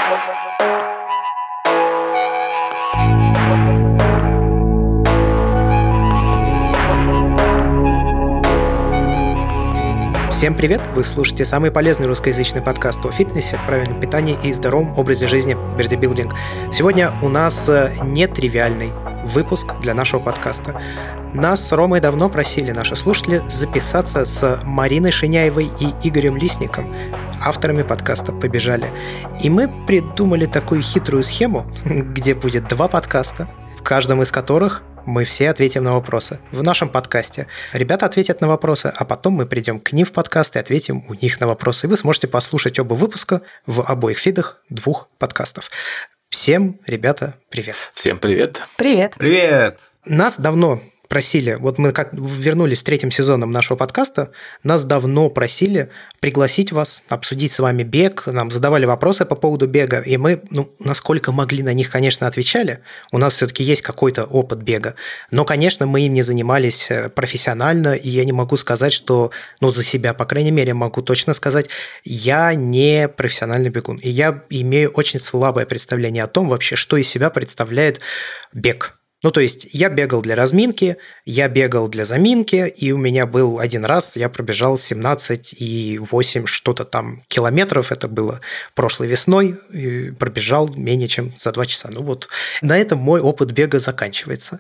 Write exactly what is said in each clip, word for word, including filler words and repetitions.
Всем привет! Вы слушаете самый полезный русскоязычный подкаст о фитнесе, правильном питании и здоровом образе жизни Бердибилдинг. Сегодня у нас нетривиальный выпуск для нашего подкаста. Нас с Ромой давно просили наши слушатели записаться с Мариной Шиняевой и Игорем Лисником, авторами подкаста «Побежали». И мы придумали такую хитрую схему, где будет два подкаста, в каждом из которых мы все ответим на вопросы. В нашем подкасте ребята ответят на вопросы, а потом мы придем к ним в подкаст и ответим у них на вопросы. И вы сможете послушать оба выпуска в обоих фидах двух подкастов. Всем, ребята, привет. Всем привет. Привет. Привет. Нас давно просили, вот мы как вернулись с третьим сезоном нашего подкаста, нас давно просили пригласить вас, обсудить с вами бег, нам задавали вопросы по поводу бега, и мы, ну, насколько могли на них, конечно, отвечали. У нас все-таки есть какой-то опыт бега, но, конечно, мы им не занимались профессионально, и я не могу сказать, что, ну, за себя, по крайней мере, могу точно сказать, я не профессиональный бегун, и я имею очень слабое представление о том вообще, что из себя представляет бег. Ну, то есть я бегал для разминки, я бегал для заминки, и у меня был один раз, я пробежал семнадцать и восемь что-то там километров, это было прошлой весной, и пробежал менее чем за два часа. Ну вот, на этом мой опыт бега заканчивается.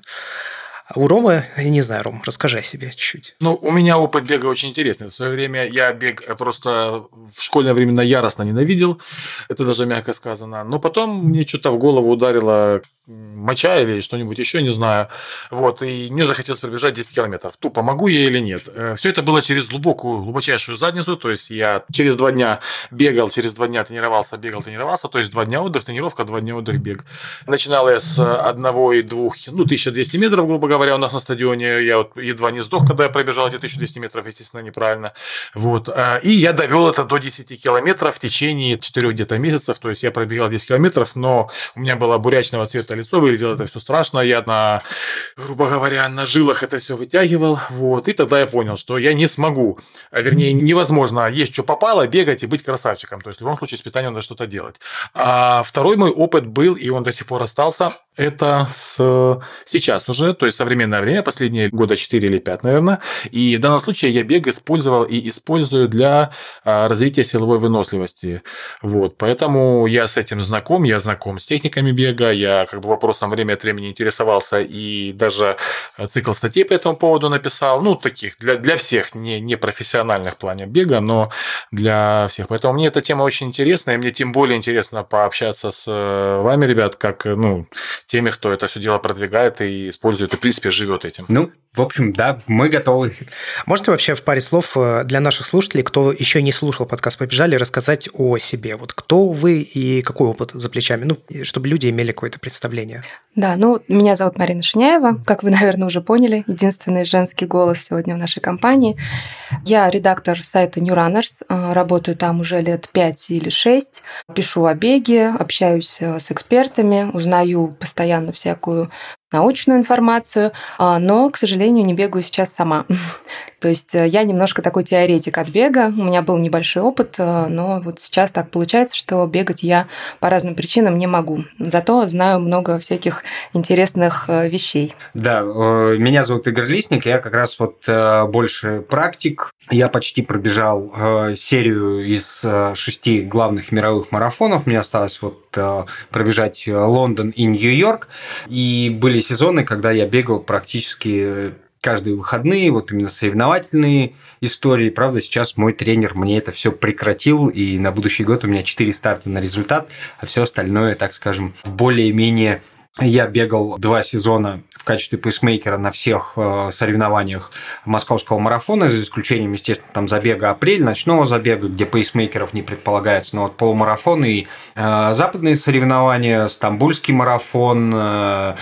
У Ромы, я не знаю, Ром, расскажи о себе чуть-чуть. Ну, у меня опыт бега очень интересный. В свое время я бег просто в школьное время яростно ненавидел, это даже мягко сказано. Но потом мне что-то в голову ударило моча или что-нибудь еще, не знаю. Вот, и мне захотелось пробежать десять километров. Тупо могу я или нет. Все это было через глубокую, глубочайшую задницу. То есть я через два дня бегал, через два дня тренировался, бегал, тренировался. То есть два дня отдых, тренировка, два дня отдых, бег. Начинал я с одного и двух, ну, тысяча двести метров, грубо говоря, у нас на стадионе. Я вот едва не сдох, когда я пробежал эти тысячу двести метров, естественно, неправильно. Вот. И я довел это до десяти километров в течение четырех где-то месяцев. То есть я пробегал десять километров, но у меня было бурячного цвета лицо, выглядело это все страшно, я на, грубо говоря, на жилах это все вытягивал, вот, и тогда я понял, что я не смогу, а вернее, невозможно есть, что попало, бегать и быть красавчиком, то есть в любом случае с питанием надо что-то делать. А второй мой опыт был, и он до сих пор остался, это с... сейчас уже, то есть современное время, последние года четыре или пять, наверное, и в данном случае я бег использовал и использую для развития силовой выносливости, вот, поэтому я с этим знаком, я знаком с техниками бега, я как бы вопросом время от времени интересовался и даже цикл статей по этому поводу написал, ну, таких для, для всех, не, не профессиональных в плане бега, но для всех. Поэтому мне эта тема очень интересна, и мне тем более интересно пообщаться с вами, ребят, как, ну, теми, кто это все дело продвигает и использует, и, в принципе, живет этим. Ну, в общем, да, мы готовы. Можете вообще в паре слов для наших слушателей, кто еще не слушал подкаст «Побежали», рассказать о себе? Вот кто вы и какой опыт за плечами? Ну, чтобы люди имели какое-то представление. Да, ну, меня зовут Марина Шиняева, как вы, наверное, уже поняли, единственный женский голос сегодня в нашей компании. Я редактор сайта New Runners, работаю там уже лет пять или шесть, пишу о беге, общаюсь с экспертами, узнаю постоянно всякую научную информацию, но, к сожалению, не бегаю сейчас сама. То есть я немножко такой теоретик от бега, у меня был небольшой опыт, но вот сейчас так получается, что бегать я по разным причинам не могу. Зато знаю много всяких интересных вещей. Да, меня зовут Игорь Лисник, я как раз вот больше практик. Я почти пробежал серию из шести главных мировых марафонов. Мне осталось вот пробежать Лондон и Нью-Йорк. И были сезоны, когда я бегал практически каждые выходные, вот именно соревновательные истории. Правда, сейчас мой тренер мне это все прекратил, и на будущий год у меня четыре старта на результат, а все остальное, так скажем, более-менее. Я бегал два сезона в качестве пейсмейкера на всех соревнованиях московского марафона, за исключением, естественно, там забега апрель, ночного забега, где пейсмейкеров не предполагается, но вот полумарафон и э, западные соревнования, стамбульский марафон, э,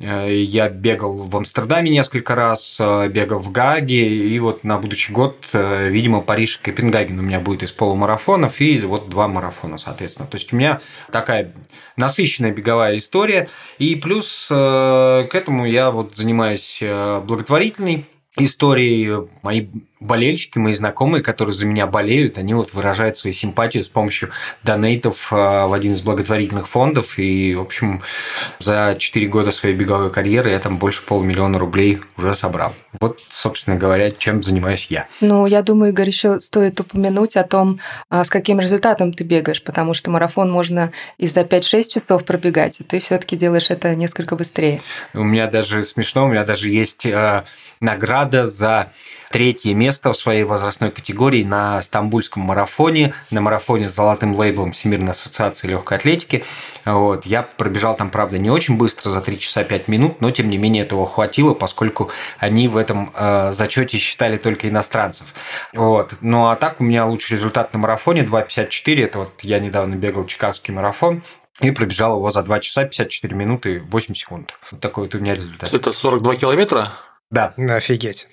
я бегал в Амстердаме несколько раз, бегал в Гааге, и вот на будущий год, видимо, Париж и Копенгаген у меня будет из полумарафонов, и вот два марафона, соответственно. То есть у меня такая насыщенная беговая история, и плюс к этому я вот занимаюсь благотворительной историей. Мои болельщики, мои знакомые, которые за меня болеют, они вот выражают свою симпатию с помощью донейтов в один из благотворительных фондов. И, в общем, за четыре года своей беговой карьеры я там больше полумиллиона рублей уже собрал. Вот, собственно говоря, чем занимаюсь я. Ну, я думаю, Игорь, еще стоит упомянуть о том, с каким результатом ты бегаешь, потому что марафон можно и за пять-шесть часов пробегать, и ты все-таки делаешь это несколько быстрее. У меня даже смешно, у меня даже есть э, награда за третье место в своей возрастной категории на Стамбульском марафоне, на марафоне с золотым лейблом Всемирной ассоциации легкой атлетики. Вот. Я пробежал там, правда, не очень быстро, за три часа пять минут, но, тем не менее, этого хватило, поскольку они в этом э, зачете считали только иностранцев. Вот. Ну, а так у меня лучший результат на марафоне два пятьдесят четыре. Это вот я недавно бегал Чикагский марафон и пробежал его за два часа пятьдесят четыре минуты восемь секунд. Вот такой вот у меня результат. Это сорок два километра? Да. Офигеть.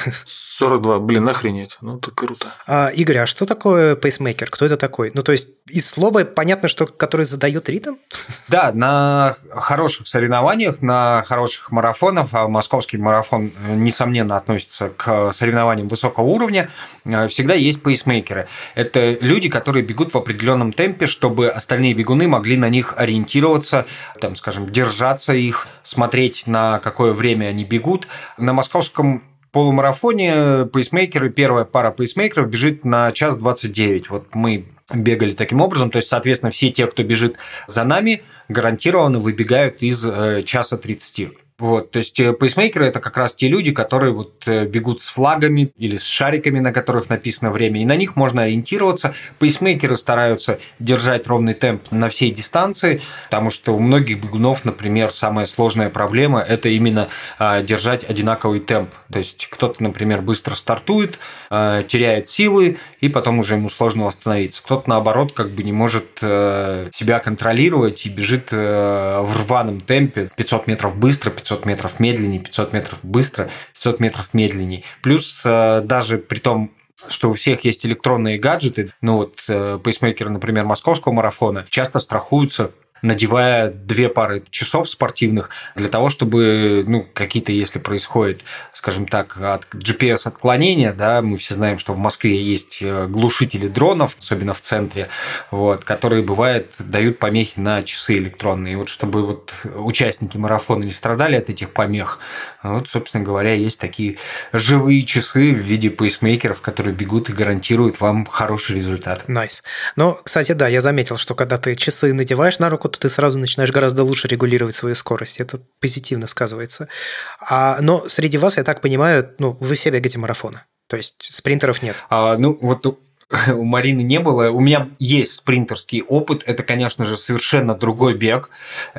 сорок два, блин, охренеть. Ну, это круто. А, Игорь, а что такое пейсмейкер? Кто это такой? Ну, то есть, из слова понятно, что который задает ритм? Да, на хороших соревнованиях, на хороших марафонах, а московский марафон, несомненно, относится к соревнованиям высокого уровня, всегда есть пейсмейкеры. Это люди, которые бегут в определенном темпе, чтобы остальные бегуны могли на них ориентироваться, там, скажем, держаться их, смотреть, на какое время они бегут. На московском полумарафоне пейсмейкеры, первая пара пейсмейкеров бежит на час двадцать девять. Вот мы бегали таким образом, то есть, соответственно, все те, кто бежит за нами, гарантированно выбегают из часа тридцати. Вот, то есть пейсмейкеры – это как раз те люди, которые вот бегут с флагами или с шариками, на которых написано время, и на них можно ориентироваться. Пейсмейкеры стараются держать ровный темп на всей дистанции, потому что у многих бегунов, например, самая сложная проблема – это именно держать одинаковый темп. То есть кто-то, например, быстро стартует, теряет силы, и потом уже ему сложно восстановиться. Кто-то, наоборот, как бы не может себя контролировать и бежит в рваном темпе пятьсот метров быстро, пятьсот метров медленнее, пятьсот метров быстро, пятьсот метров медленнее. Плюс даже при том, что у всех есть электронные гаджеты, ну вот пейсмейкеры, например, московского марафона, часто страхуются, надевая две пары часов спортивных для того, чтобы, ну, какие-то, если происходит, скажем так, от джи пи эс-отклонения, да, мы все знаем, что в Москве есть глушители дронов, особенно в центре, вот, которые, бывает, дают помехи на часы электронные. И вот чтобы вот участники марафона не страдали от этих помех, вот, собственно говоря, есть такие живые часы в виде пейсмейкеров, которые бегут и гарантируют вам хороший результат. Найс. Nice. Но, кстати, да, я заметил, что когда ты часы надеваешь на руку, то ты сразу начинаешь гораздо лучше регулировать свою скорость. Это позитивно сказывается. А, но среди вас, я так понимаю, ну, вы все бегаете марафоны. То есть спринтеров нет. А, ну, вот у Марины не было. У меня есть спринтерский опыт. Это, конечно же, совершенно другой бег.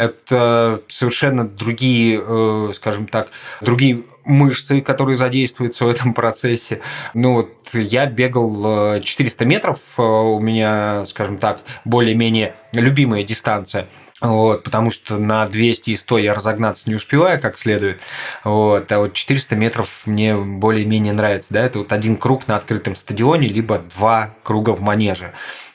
Это совершенно другие, скажем так, другие мышцы, которые задействуются в этом процессе. Ну, вот я бегал четыреста метров. У меня, скажем так, более-менее любимая дистанция. Вот, потому что на двести и сто я разогнаться не успеваю как следует. Вот, а вот четыреста метров мне более-менее нравится. Да? Это вот один круг на открытом стадионе, либо два круга в манеже.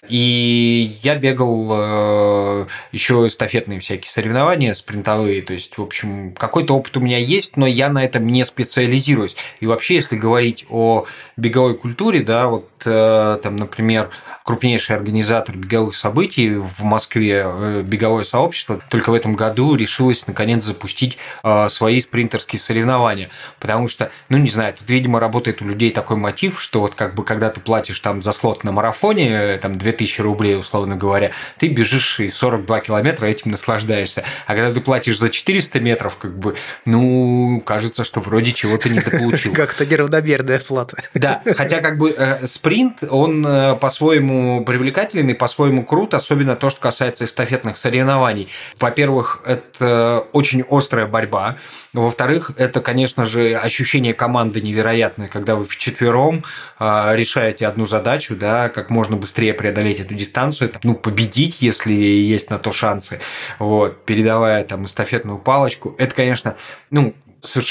И я бегал э, еще эстафетные всякие соревнования, спринтовые. То есть, в общем, какой-то опыт у меня есть, но я на этом не специализируюсь. И вообще, если говорить о беговой культуре, да, вот э, там, например, крупнейший организатор беговых событий в Москве, э, беговое сообщество, только в этом году решилось наконец запустить э, свои спринтерские соревнования. Потому что, ну не знаю, тут, видимо, работает у людей такой мотив, что вот как бы когда ты платишь там за слот на марафоне, там две тысячи рублей, условно говоря, ты бежишь и сорок два километра этим наслаждаешься. А когда ты платишь за четыреста метров, как бы, ну, кажется, что вроде чего-то недополучил. Как-то неравномерная плата. Да, хотя как бы э, спринт, он э, по-своему привлекательный, по-своему крут, особенно то, что касается эстафетных соревнований. Во-первых, это очень острая борьба. Во-вторых, это, конечно же, ощущение команды невероятное, когда вы вчетвером э, решаете одну задачу, да, как можно быстрее преодолеть эту дистанцию, ну, победить, если есть на то шансы, вот, передавая там эстафетную палочку. Это, конечно, ну, совершенно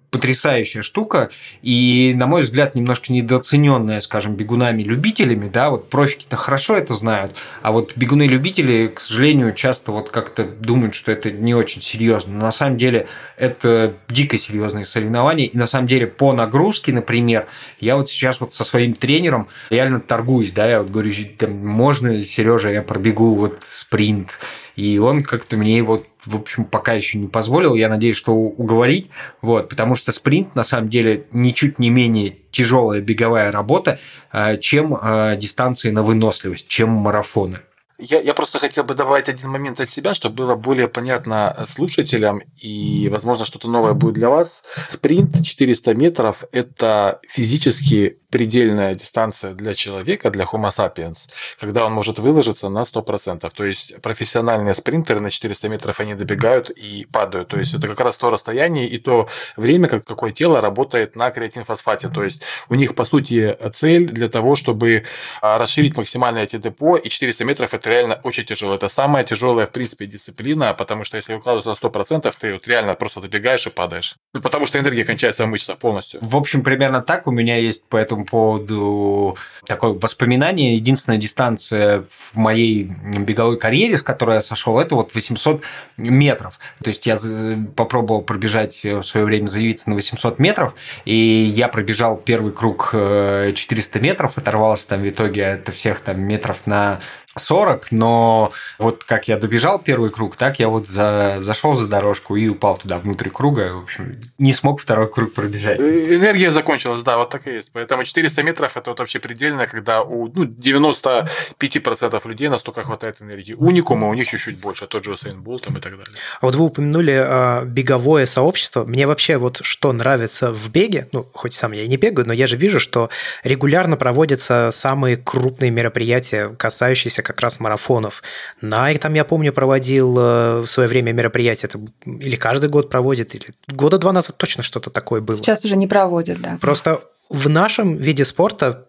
потрясающая штука, и, на мой взгляд, немножко недооцененная, скажем, бегунами-любителями, да, вот профики-то хорошо это знают, а вот бегуны-любители, к сожалению, часто вот как-то думают, что это не очень серьезно, но на самом деле это дико серьезные соревнования, и на самом деле по нагрузке, например, я вот сейчас вот со своим тренером реально торгуюсь, да, я вот говорю, там, можно, Сережа, я пробегу вот спринт, и он как-то мне вот, в общем, пока еще не позволил. Я надеюсь, что уговорить. Вот, потому что спринт, на самом деле, ничуть не менее тяжелая беговая работа, чем дистанции на выносливость, чем марафоны. Я, я просто хотел бы добавить один момент от себя, чтобы было более понятно слушателям, и, возможно, что-то новое будет для вас. Спринт четыреста метров – это физически предельная дистанция для человека, для Homo sapiens, когда он может выложиться на сто процентов. То есть профессиональные спринтеры на четыреста метров они добегают и падают. То есть это как раз то расстояние и то время, как какое тело работает на креатинфосфате. То есть у них, по сути, цель для того, чтобы расширить максимально эти депо, и четыреста метров – это реально очень тяжело. Это самая тяжелая, в принципе, дисциплина, потому что если выкладываться на сто процентов, ты вот реально просто добегаешь и падаешь. Потому что энергия кончается в мышцах полностью. В общем, примерно так у меня есть по этому поводу такое воспоминание. Единственная дистанция в моей беговой карьере, с которой я сошел, это вот восемьсот метров. То есть я попробовал пробежать в свое время, заявиться на восемьсот метров, и я пробежал первый круг четыреста метров, оторвался там в итоге от всех там метров на сорок, но вот как я добежал первый круг, так я вот за, зашел за дорожку и упал туда внутрь круга, в общем, не смог второй круг пробежать. Энергия закончилась, да, вот так и есть. Поэтому четыреста метров – это вот вообще предельно, когда у ну, девяноста пяти процентов людей настолько хватает энергии. Уникума у них чуть-чуть больше, тот же Усейн Болт и так далее. А вот вы упомянули а, беговое сообщество. Мне вообще вот что нравится в беге, ну, хоть сам я и не бегаю, но я же вижу, что регулярно проводятся самые крупные мероприятия, касающиеся как раз марафонов. Nike там, я помню, проводил в свое время мероприятие, это или каждый год проводит, или года два назад точно что-то такое было. Сейчас уже не проводят, да. Просто в нашем виде спорта,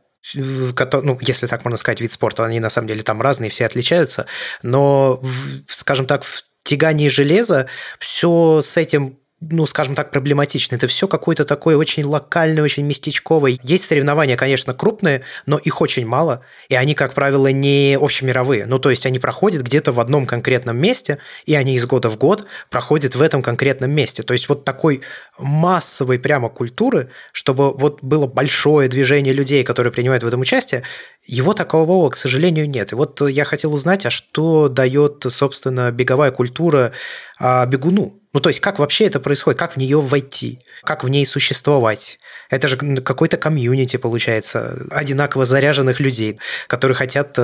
ну, если так можно сказать, вид спорта, они на самом деле там разные, все отличаются, но, скажем так, в тягании железа все с этим, ну, скажем так, проблематично. Это все какое-то такое очень локальное, очень местечковое. Есть соревнования, конечно, крупные, но их очень мало, и они, как правило, не общемировые. Ну, то есть они проходят где-то в одном конкретном месте, и они из года в год проходят в этом конкретном месте. То есть вот такой массовой прямо культуры, чтобы вот было большое движение людей, которые принимают в этом участие, его такого, к сожалению, нет. И вот я хотел узнать, а что дает, собственно, беговая культура бегуну? Ну, то есть, как вообще это происходит? Как в нее войти? Как в ней существовать? Это же какой-то комьюнити, получается, одинаково заряженных людей, которые хотят...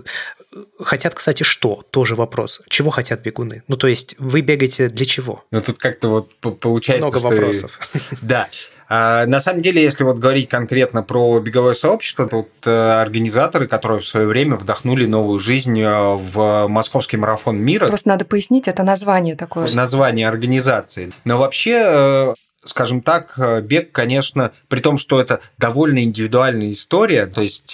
Хотят, кстати, что? Тоже вопрос. Чего хотят бегуны? Ну, то есть, вы бегаете для чего? Ну, тут как-то вот получается, много что... вопросов. Да. А на самом деле, если вот говорить конкретно про беговое сообщество, то вот организаторы, которые в свое время вдохнули новую жизнь в московский марафон мира. Просто надо пояснить, это название такое. Название организации. Но вообще, скажем так, бег, конечно, при том, что это довольно индивидуальная история, то есть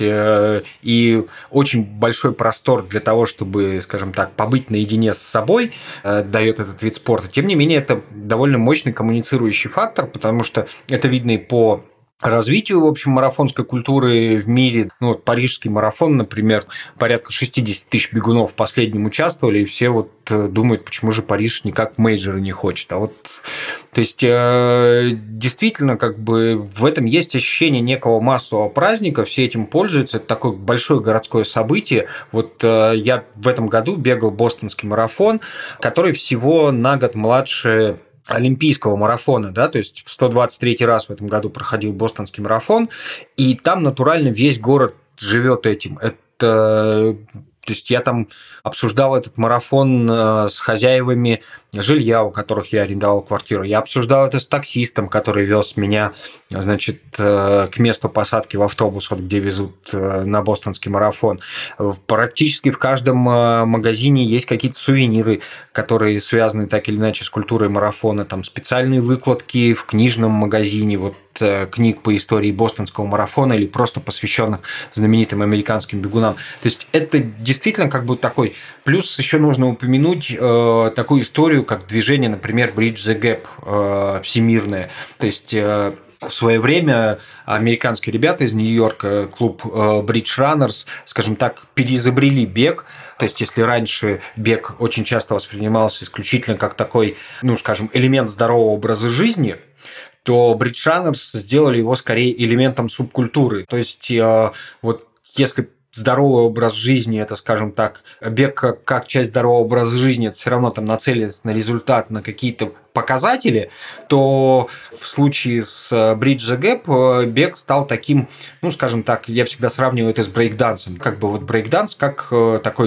и очень большой простор для того, чтобы, скажем так, побыть наедине с собой, дает этот вид спорта. Тем не менее, это довольно мощный коммуницирующий фактор, потому что это видно и по развитию, в общем, марафонской культуры в мире. Ну, вот парижский марафон, например, порядка шестьдесят тысяч бегунов в последнем участвовали, и все вот думают, почему же Париж никак в мейджоры не хочет. А вот, то есть, действительно, как бы в этом есть ощущение некого массового праздника, все этим пользуются, это такое большое городское событие. Вот я в этом году бегал бостонский марафон, который всего на год младше олимпийского марафона, да, то есть в сто двадцать третий раз в этом году проходил бостонский марафон, и там натурально весь город живет этим. Это, то есть я там обсуждал этот марафон с хозяевами жилья, у которых я арендовал квартиру. Я обсуждал это с таксистом, который вез меня, значит, к месту посадки в автобус, вот где везут на бостонский марафон. Практически в каждом магазине есть какие-то сувениры, которые связаны так или иначе с культурой марафона. Там специальные выкладки в книжном магазине. Вот книг по истории бостонского марафона или просто посвященных знаменитым американским бегунам. То есть это действительно как бы такой... Плюс еще нужно упомянуть э, такую историю, как движение, например, Bridge the Gap э, всемирное. То есть э, в свое время американские ребята из Нью-Йорка, клуб Bridge Runners, скажем так, переизобрели бег. То есть, если раньше бег очень часто воспринимался исключительно как такой, ну, скажем, элемент здорового образа жизни, то Bridge Runners сделали его скорее элементом субкультуры. То есть, вот если здоровый образ жизни, это, скажем так, бег как, как часть здорового образа жизни, это все равно там нацелится на результат, на какие-то показатели, то в случае с Bridge the Gap бег стал таким, ну, скажем так, я всегда сравниваю это с брейкдансом. Как бы вот брейкданс как такой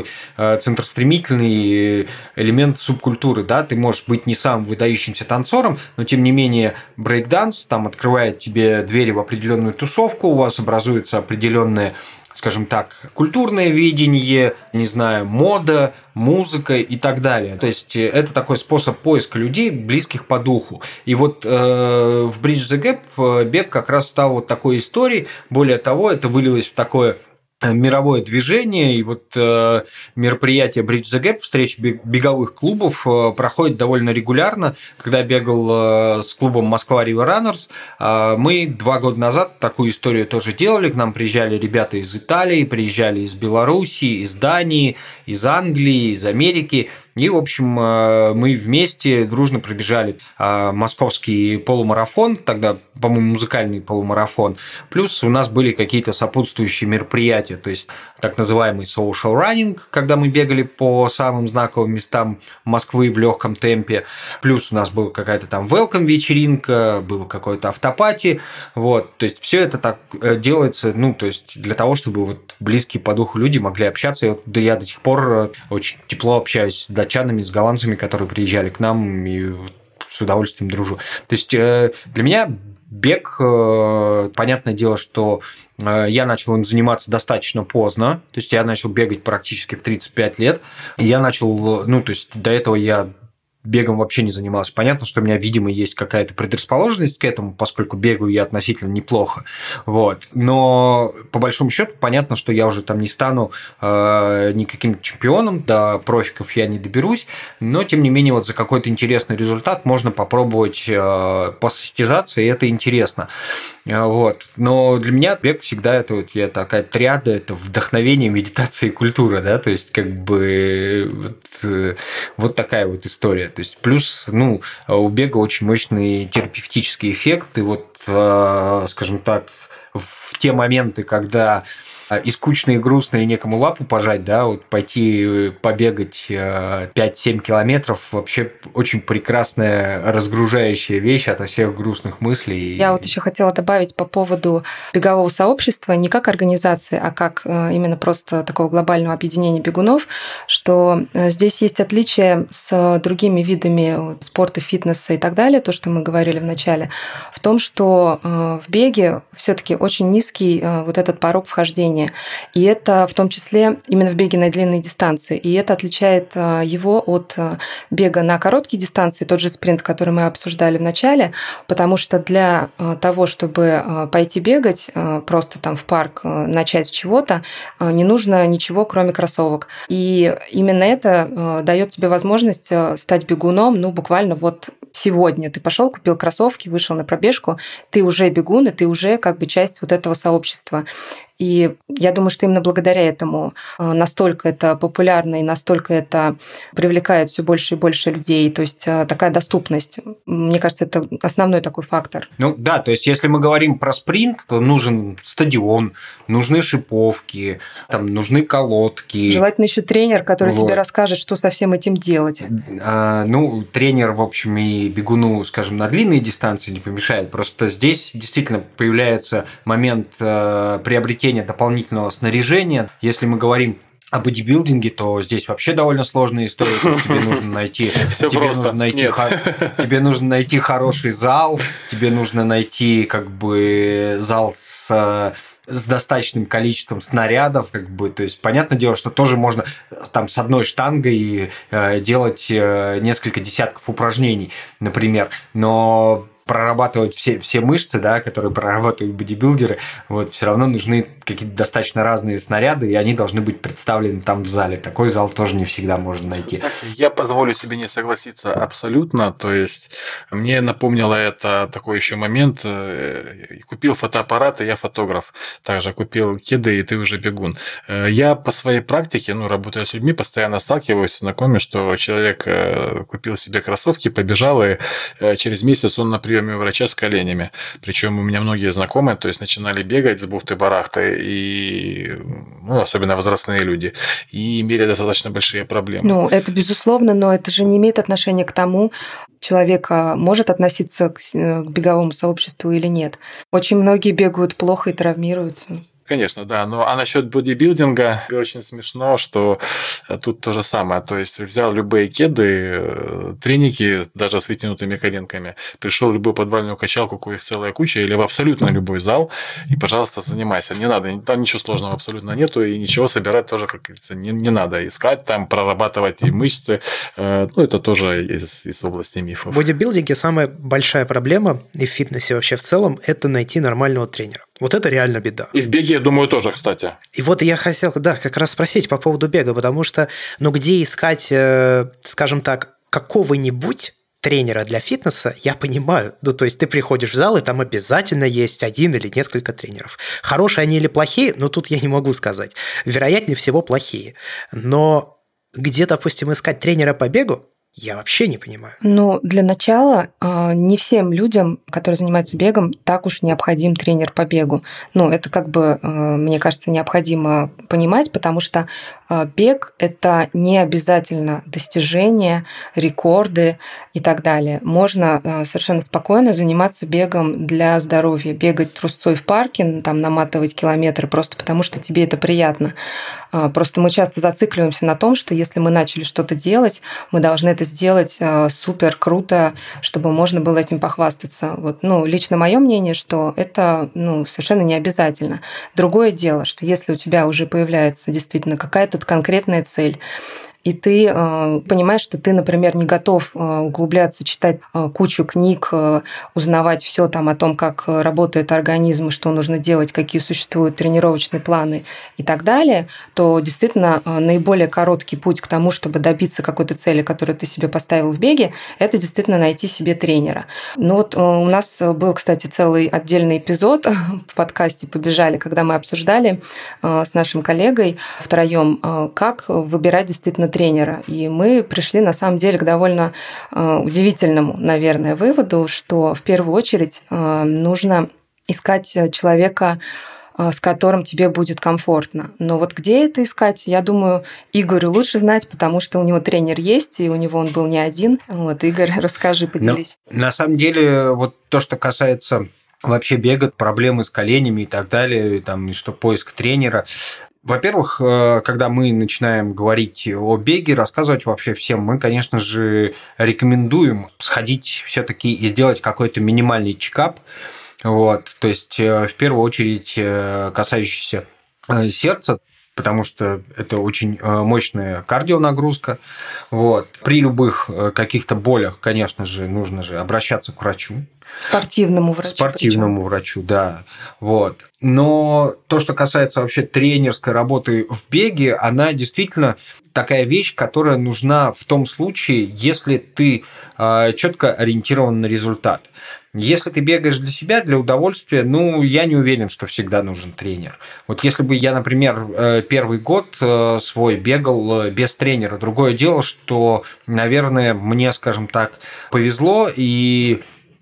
центростремительный элемент субкультуры, да, ты можешь быть не самым выдающимся танцором, но тем не менее брейкданс там открывает тебе двери в определенную тусовку, у вас образуется определенная, скажем так, культурное видение, не знаю, мода, музыка и так далее. То есть это такой способ поиска людей, близких по духу. И вот э, в Bridge the Gap бег как раз стал вот такой историей. Более того, это вылилось в такое мировое движение, и вот э, мероприятие Bridge the Gap, встречи беговых клубов э, проходит довольно регулярно. Когда я бегал э, с клубом Москва River Runners, э, мы два года назад такую историю тоже делали. К нам приезжали ребята из Италии, приезжали из Белоруссии, из Дании, из Англии, из Америки. И, в общем, мы вместе дружно пробежали московский полумарафон, тогда, по-моему, музыкальный полумарафон. Плюс у нас были какие-то сопутствующие мероприятия, то есть так называемый social running, когда мы бегали по самым знаковым местам Москвы в легком темпе. Плюс у нас была какая-то там welcome вечеринка, был какой-то автопати. Вот. То есть все это так делается, ну, то есть для того, чтобы вот близкие по духу люди могли общаться. И вот я до сих пор очень тепло общаюсь с датчанами, с голландцами, которые приезжали к нам, и с удовольствием дружу. То есть для меня бег, понятное дело, что я начал им заниматься достаточно поздно, то есть я начал бегать практически в тридцать пять лет, и я начал, ну, то есть до этого я бегом вообще не занимался. Понятно, что у меня, видимо, есть какая-то предрасположенность к этому, поскольку бегаю я относительно неплохо. Вот. Но по большому счету понятно, что я уже там не стану э, никаким чемпионом, до профиков я не доберусь, но тем не менее вот за какой-то интересный результат можно попробовать э, посостязаться, и это интересно. Вот. Но для меня бег всегда это вот я такая триада, это вдохновение, медитация и культура, да, то есть как бы вот, вот такая вот история. То есть плюс, ну, у бега очень мощный терапевтический эффект, и вот, скажем так, в те моменты, когда и скучно, и грустно, и некому лапу пожать, да, вот пойти побегать пять-семь километров, вообще очень прекрасная разгружающая вещь от всех грустных мыслей. Я вот еще хотела добавить по поводу бегового сообщества, не как организации, а как именно просто такого глобального объединения бегунов, что здесь есть отличие с другими видами спорта, фитнеса и так далее, то, что мы говорили в начале, в том, что в беге все-таки очень низкий вот этот порог вхождения. И это в том числе именно в беге на длинные дистанции. И это отличает его от бега на короткие дистанции, тот же спринт, который мы обсуждали в начале, потому что для того, чтобы пойти бегать, просто там в парк начать с чего-то, не нужно ничего, кроме кроссовок. И именно это дает тебе возможность стать бегуном, ну, буквально вот сегодня. Ты пошел, купил кроссовки, вышел на пробежку, ты уже бегун, и ты уже как бы часть вот этого сообщества. И я думаю, что именно благодаря этому настолько это популярно и настолько это привлекает все больше и больше людей. То есть такая доступность, мне кажется, это основной такой фактор. Ну да, то есть если мы говорим про спринт, то нужен стадион, нужны шиповки, там нужны колодки. Желательно еще тренер, который вот тебе расскажет, что со всем этим делать. А, ну, тренер, в общем, и бегуну, скажем, на длинные дистанции не помешает. Просто здесь действительно появляется момент приобретения дополнительного снаряжения. Если мы говорим о бодибилдинге, то здесь вообще довольно сложная история. То есть тебе нужно найти, тебе нужно найти, тебе нужно найти хороший зал, тебе нужно найти как бы зал с с достаточным количеством снарядов, как бы, то есть понятное дело, что тоже можно там с одной штангой э, делать э, несколько десятков упражнений, например, но прорабатывать все, все мышцы, да, которые прорабатывают бодибилдеры, вот, все равно нужны какие-то достаточно разные снаряды, и они должны быть представлены там в зале. Такой зал тоже не всегда можно найти. Кстати, я позволю себе не согласиться абсолютно. То есть, мне напомнило это такой еще момент. Купил фотоаппарат, и я фотограф. Также купил кеды, и ты уже бегун. Я по своей практике, ну, работая с людьми, постоянно сталкиваюсь, знакомый, что человек купил себе кроссовки, побежал, и через месяц он на приеме у врача с коленями. Причем у меня многие знакомые, то есть, начинали бегать с бухты-барахты, и, ну, особенно возрастные люди, и имели достаточно большие проблемы. Ну, это безусловно, но это же не имеет отношения к тому, человек может относиться к беговому сообществу или нет. Очень многие бегают плохо и травмируются. Конечно, да. Ну, а насчет бодибилдинга очень смешно, что тут то же самое. То есть, взял любые кеды, треники, даже с вытянутыми коленками, пришел в любую подвальную качалку, у их целая куча, или в абсолютно любой зал, и, пожалуйста, занимайся. Не надо, там ничего сложного абсолютно нету, и ничего собирать тоже, как говорится, не, не надо. Искать там, прорабатывать и мышцы. Ну, это тоже из, из области мифов. В бодибилдинге самая большая проблема, и в фитнесе вообще в целом, это найти нормального тренера. Вот это реально беда. И в беге, я думаю, тоже, кстати. И вот я хотел, да, как раз спросить по поводу бега, потому что, ну, где искать, э, скажем так, какого-нибудь тренера для фитнеса, я понимаю. Ну, то есть, ты приходишь в зал, и там обязательно есть один или несколько тренеров. Хорошие они или плохие, ну, тут я не могу сказать. Вероятнее всего, плохие. Но где, допустим, искать тренера по бегу, я вообще не понимаю. Ну, для начала не всем людям, которые занимаются бегом, так уж необходим тренер по бегу. Ну, это как бы, мне кажется, необходимо понимать, потому что бег – это не обязательно достижения, рекорды и так далее. Можно совершенно спокойно заниматься бегом для здоровья, бегать трусцой в парке, там, наматывать километры просто потому, что тебе это приятно. Просто мы часто зацикливаемся на том, что если мы начали что-то делать, мы должны это сделать супер круто, чтобы можно было этим похвастаться. Вот, ну, лично мое мнение, что это, ну, совершенно не обязательно. Другое дело, что если у тебя уже появляется действительно какая-то конкретная цель, и ты э, понимаешь, что ты, например, не готов э, углубляться, читать э, кучу книг, э, узнавать все там о том, как работает организм, что нужно делать, какие существуют тренировочные планы и так далее, то действительно э, наиболее короткий путь к тому, чтобы добиться какой-то цели, которую ты себе поставил в беге, это действительно найти себе тренера. Ну вот э, у нас был, кстати, целый отдельный эпизод в подкасте «Побежали», когда мы обсуждали э, с нашим коллегой втроем, э, как выбирать действительно тренера. И мы пришли, на самом деле, к довольно удивительному, наверное, выводу, что в первую очередь нужно искать человека, с которым тебе будет комфортно. Но вот где это искать, я думаю, Игорю лучше знать, потому что у него тренер есть, и у него он был не один. Вот, Игорь, расскажи, поделись. Но, на самом деле, вот то, что касается вообще бега, проблемы с коленями и так далее, и там, и что поиск тренера. Во-первых, когда мы начинаем говорить о беге, рассказывать вообще всем, мы, конечно же, рекомендуем сходить все-таки и сделать какой-то минимальный чекап. Вот, то есть, в первую очередь, касающийся сердца, потому что это очень мощная кардионагрузка. Вот. При любых каких-то болях, конечно же, нужно же обращаться к врачу. Спортивному врачу. Спортивному причем. врачу, да. Вот. Но то, что касается вообще тренерской работы в беге, она действительно такая вещь, которая нужна в том случае, если ты э, четко ориентирован на результат. Если ты бегаешь для себя, для удовольствия, ну, я не уверен, что всегда нужен тренер. Вот если бы я, например, первый год свой бегал без тренера, другое дело, что, наверное, мне, скажем так, повезло, и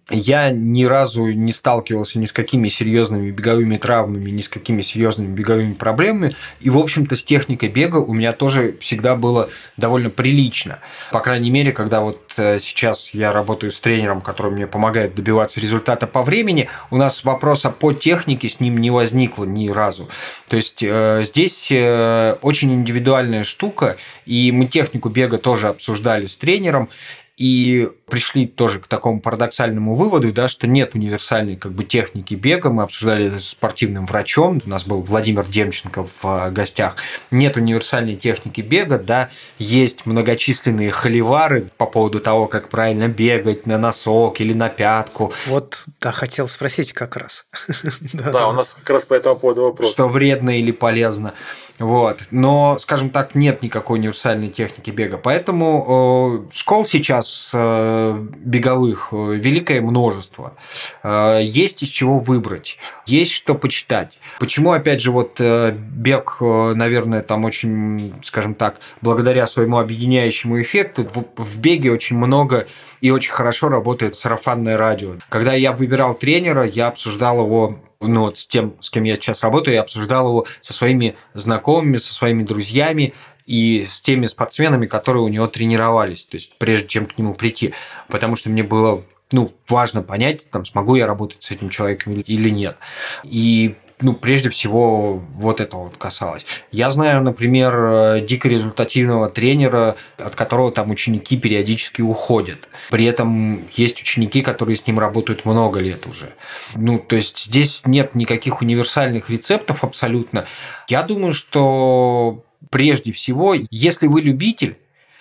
я ни разу не сталкивался ни с какими серьезными беговыми травмами, ни с какими серьезными беговыми проблемами. И, в общем-то, с техникой бега у меня тоже всегда было довольно прилично. По крайней мере, когда вот сейчас я работаю с тренером, который мне помогает добиваться результата по времени, у нас вопроса по технике с ним не возникло ни разу. То есть здесь очень индивидуальная штука, и мы технику бега тоже обсуждали с тренером. И пришли тоже к такому парадоксальному выводу, да, что нет универсальной как бы техники бега. Мы обсуждали это с спортивным врачом. У нас был Владимир Демченко в гостях. Нет универсальной техники бега, да, есть многочисленные холивары по поводу того, как правильно бегать на носок или на пятку. Вот, да, хотел спросить как раз. Да, у нас как раз по этому поводу вопрос. Что вредно или полезно. Вот. Но, скажем так, нет никакой универсальной техники бега. Поэтому э, школ сейчас э, беговых э, великое множество. Э, есть из чего выбрать. Есть что почитать. Почему, опять же, вот э, бег, э, наверное, там очень, скажем так, благодаря своему объединяющему эффекту, в, в беге очень много и очень хорошо работает сарафанное радио. Когда я выбирал тренера, я обсуждал его ну, вот с тем, с кем я сейчас работаю, я обсуждал его со своими знакомыми, со своими друзьями и с теми спортсменами, которые у него тренировались, то есть прежде чем к нему прийти, потому что мне было ну, важно понять, там, смогу я работать с этим человеком или нет. И ну, прежде всего, вот это вот касалось. Я знаю, например, дико результативного тренера, от которого там ученики периодически уходят. При этом есть ученики, которые с ним работают много лет уже. Ну, то есть здесь нет никаких универсальных рецептов абсолютно. Я думаю, что прежде всего, если вы любитель,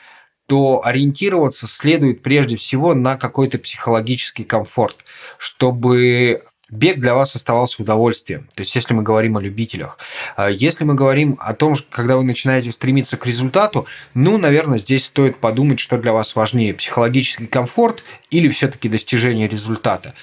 то ориентироваться следует прежде всего на какой-то психологический комфорт, чтобы бег для вас оставался удовольствием. То есть, если мы говорим о любителях. Если мы говорим о том, когда вы начинаете стремиться к результату, ну, наверное, здесь стоит подумать, что для вас важнее. Психологический комфорт или все-таки достижение результата.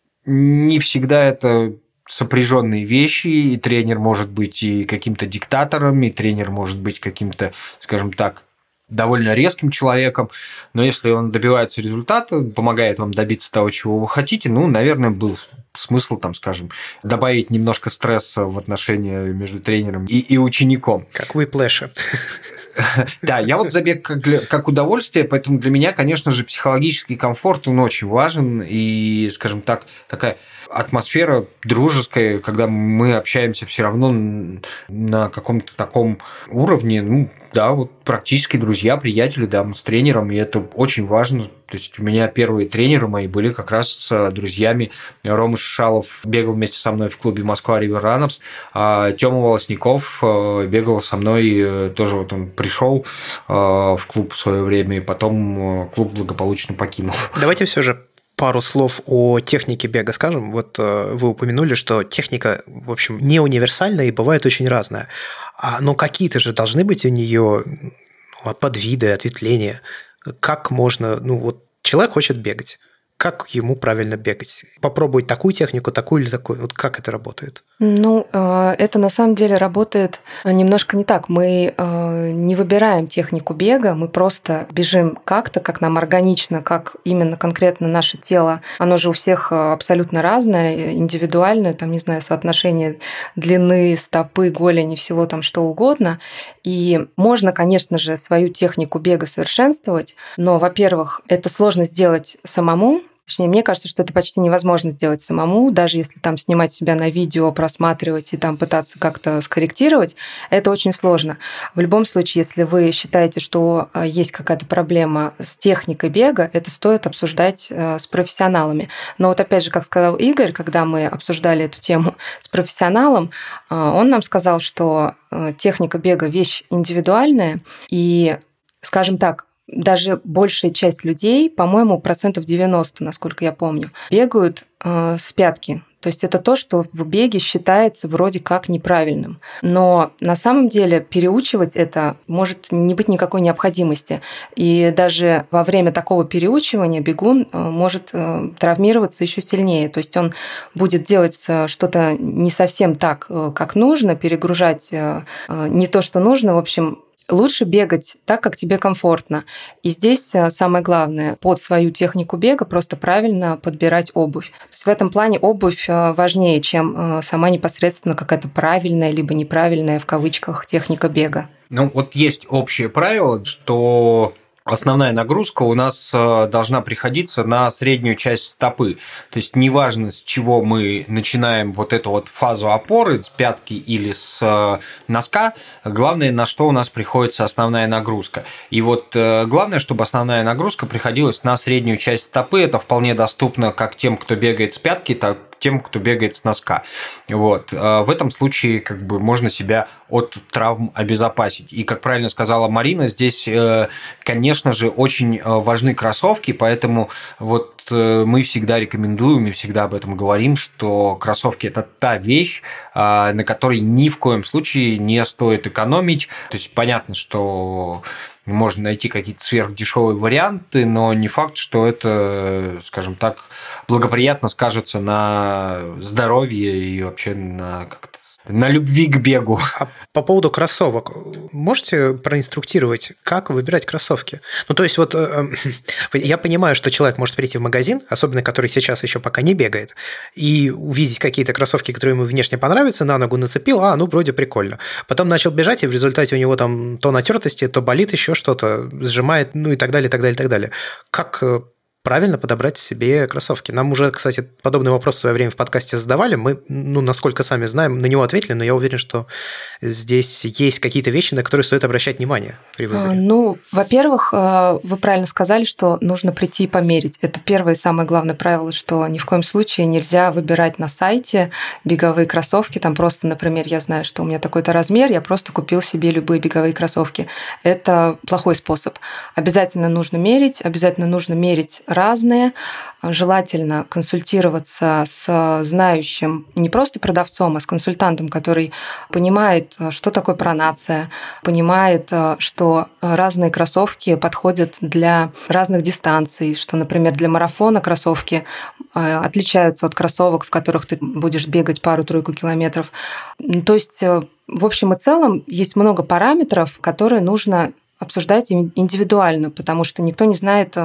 Не всегда это сопряженные вещи, и тренер может быть и каким-то диктатором, и тренер может быть каким-то, скажем так, довольно резким человеком, но если он добивается результата, помогает вам добиться того, чего вы хотите, ну, наверное, был смысл, там, скажем, добавить немножко стресса в отношения между тренером и, и учеником. Как в Whiplash. Да, я вот за бег как, для, как удовольствие, поэтому для меня, конечно же, психологический комфорт, он очень важен, и, скажем так, такая атмосфера дружеская, когда мы общаемся все равно на каком-то таком уровне, ну, да, вот практически друзья, приятели, да, мы с тренером, и это очень важно. То есть у меня первые тренеры мои были как раз с друзьями. Рома Шишалов бегал вместе со мной в клубе Москва River Runners, а Тёма Волосников бегал со мной, тоже вот он пришел в клуб в свое время, и потом клуб благополучно покинул. Давайте все же пару слов о технике бега скажем. Вот вы упомянули, что техника, в общем, не универсальная и бывает очень разная. А, но какие-то же должны быть у нее подвиды, ответвления. Как можно... Ну, вот человек хочет бегать. Как ему правильно бегать? Попробовать такую технику, такую или такую? Вот как это работает? Ну, это на самом деле работает немножко не так. Мы не выбираем технику бега, мы просто бежим как-то, как нам органично, как именно конкретно наше тело. Оно же у всех абсолютно разное, индивидуальное, там, не знаю, соотношение длины, стопы, голени, всего там что угодно. И можно, конечно же, свою технику бега совершенствовать, но, во-первых, это сложно сделать самому. Точнее, мне кажется, что это почти невозможно сделать самому, даже если там снимать себя на видео, просматривать и там пытаться как-то скорректировать, это очень сложно. В любом случае, если вы считаете, что есть какая-то проблема с техникой бега, это стоит обсуждать с профессионалами. Но вот опять же, как сказал Игорь, когда мы обсуждали эту тему с профессионалом, он нам сказал, что техника бега – вещь индивидуальная, и, скажем так, даже большая часть людей, по-моему, процентов девяносто, насколько я помню, бегают э, с пятки. То есть это то, что в беге считается вроде как неправильным. Но на самом деле переучивать это может не быть никакой необходимости. И даже во время такого переучивания бегун может травмироваться еще сильнее. То есть он будет делать что-то не совсем так, как нужно, перегружать не то, что нужно. В общем, лучше бегать так, как тебе комфортно. И здесь самое главное, под свою технику бега просто правильно подбирать обувь. То есть в этом плане обувь важнее, чем сама непосредственно какая-то правильная либо неправильная в кавычках техника бега. Ну, вот есть общее правило, что основная нагрузка у нас должна приходиться на среднюю часть стопы. То есть неважно, с чего мы начинаем вот эту вот фазу опоры, с пятки или с носка, главное, на что у нас приходится основная нагрузка. И вот главное, чтобы основная нагрузка приходилась на среднюю часть стопы. Это вполне доступно как тем, кто бегает с пятки, так тем, кто бегает с носка. Вот. В этом случае как бы можно себя от травм обезопасить. И, как правильно сказала Марина, здесь, конечно же, очень важны кроссовки, поэтому вот мы всегда рекомендуем и всегда об этом говорим, что кроссовки – это та вещь, на которой ни в коем случае не стоит экономить. То есть понятно, что можно найти какие-то сверхдешевые варианты, но не факт, что это, скажем так, благоприятно скажется на здоровье и вообще на как-то на любви к бегу. А по поводу кроссовок, можете проинструктировать, как выбирать кроссовки? Ну, то есть, вот я понимаю, что человек может прийти в магазин, особенно который сейчас еще пока не бегает, и увидеть какие-то кроссовки, которые ему внешне понравятся, на ногу нацепил, а, ну, вроде прикольно. Потом начал бежать, и в результате у него там то натертости, то болит еще что-то, сжимает, ну, и так далее, и так далее, и так далее. Как правильно подобрать себе кроссовки? Нам уже, кстати, подобный вопрос в свое время в подкасте задавали. Мы, ну, насколько сами знаем, на него ответили, но я уверен, что здесь есть какие-то вещи, на которые стоит обращать внимание при выборе. Ну, во-первых, вы правильно сказали, что нужно прийти и померить. Это первое и самое главное правило, что ни в коем случае нельзя выбирать на сайте беговые кроссовки. Там просто, например, я знаю, что у меня такой-то размер, я просто купил себе любые беговые кроссовки. Это плохой способ. Обязательно нужно мерить, обязательно нужно мерить разные. Желательно консультироваться с знающим не просто продавцом, а с консультантом, который понимает, что такое пронация, понимает, что разные кроссовки подходят для разных дистанций, что, например, для марафона кроссовки отличаются от кроссовок, в которых ты будешь бегать пару-тройку километров. То есть, в общем и целом, есть много параметров, которые нужно обсуждать индивидуально, потому что никто не знает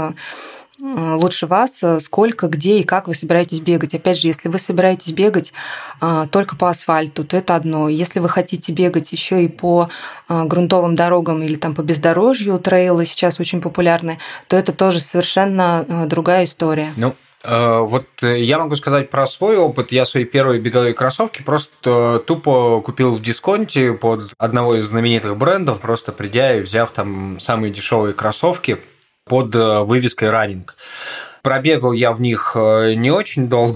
лучше вас, сколько, где и как вы собираетесь бегать. Опять же, если вы собираетесь бегать только по асфальту, то это одно. Если вы хотите бегать еще и по грунтовым дорогам или там по бездорожью, трейлы сейчас очень популярны, то это тоже совершенно другая история. Ну, вот я могу сказать про свой опыт. Я свои первые беговые кроссовки просто тупо купил в дисконте под одного из знаменитых брендов, просто придя и взяв там самые дешевые кроссовки под вывеской «Раннинг». Пробегал я в них не очень долго,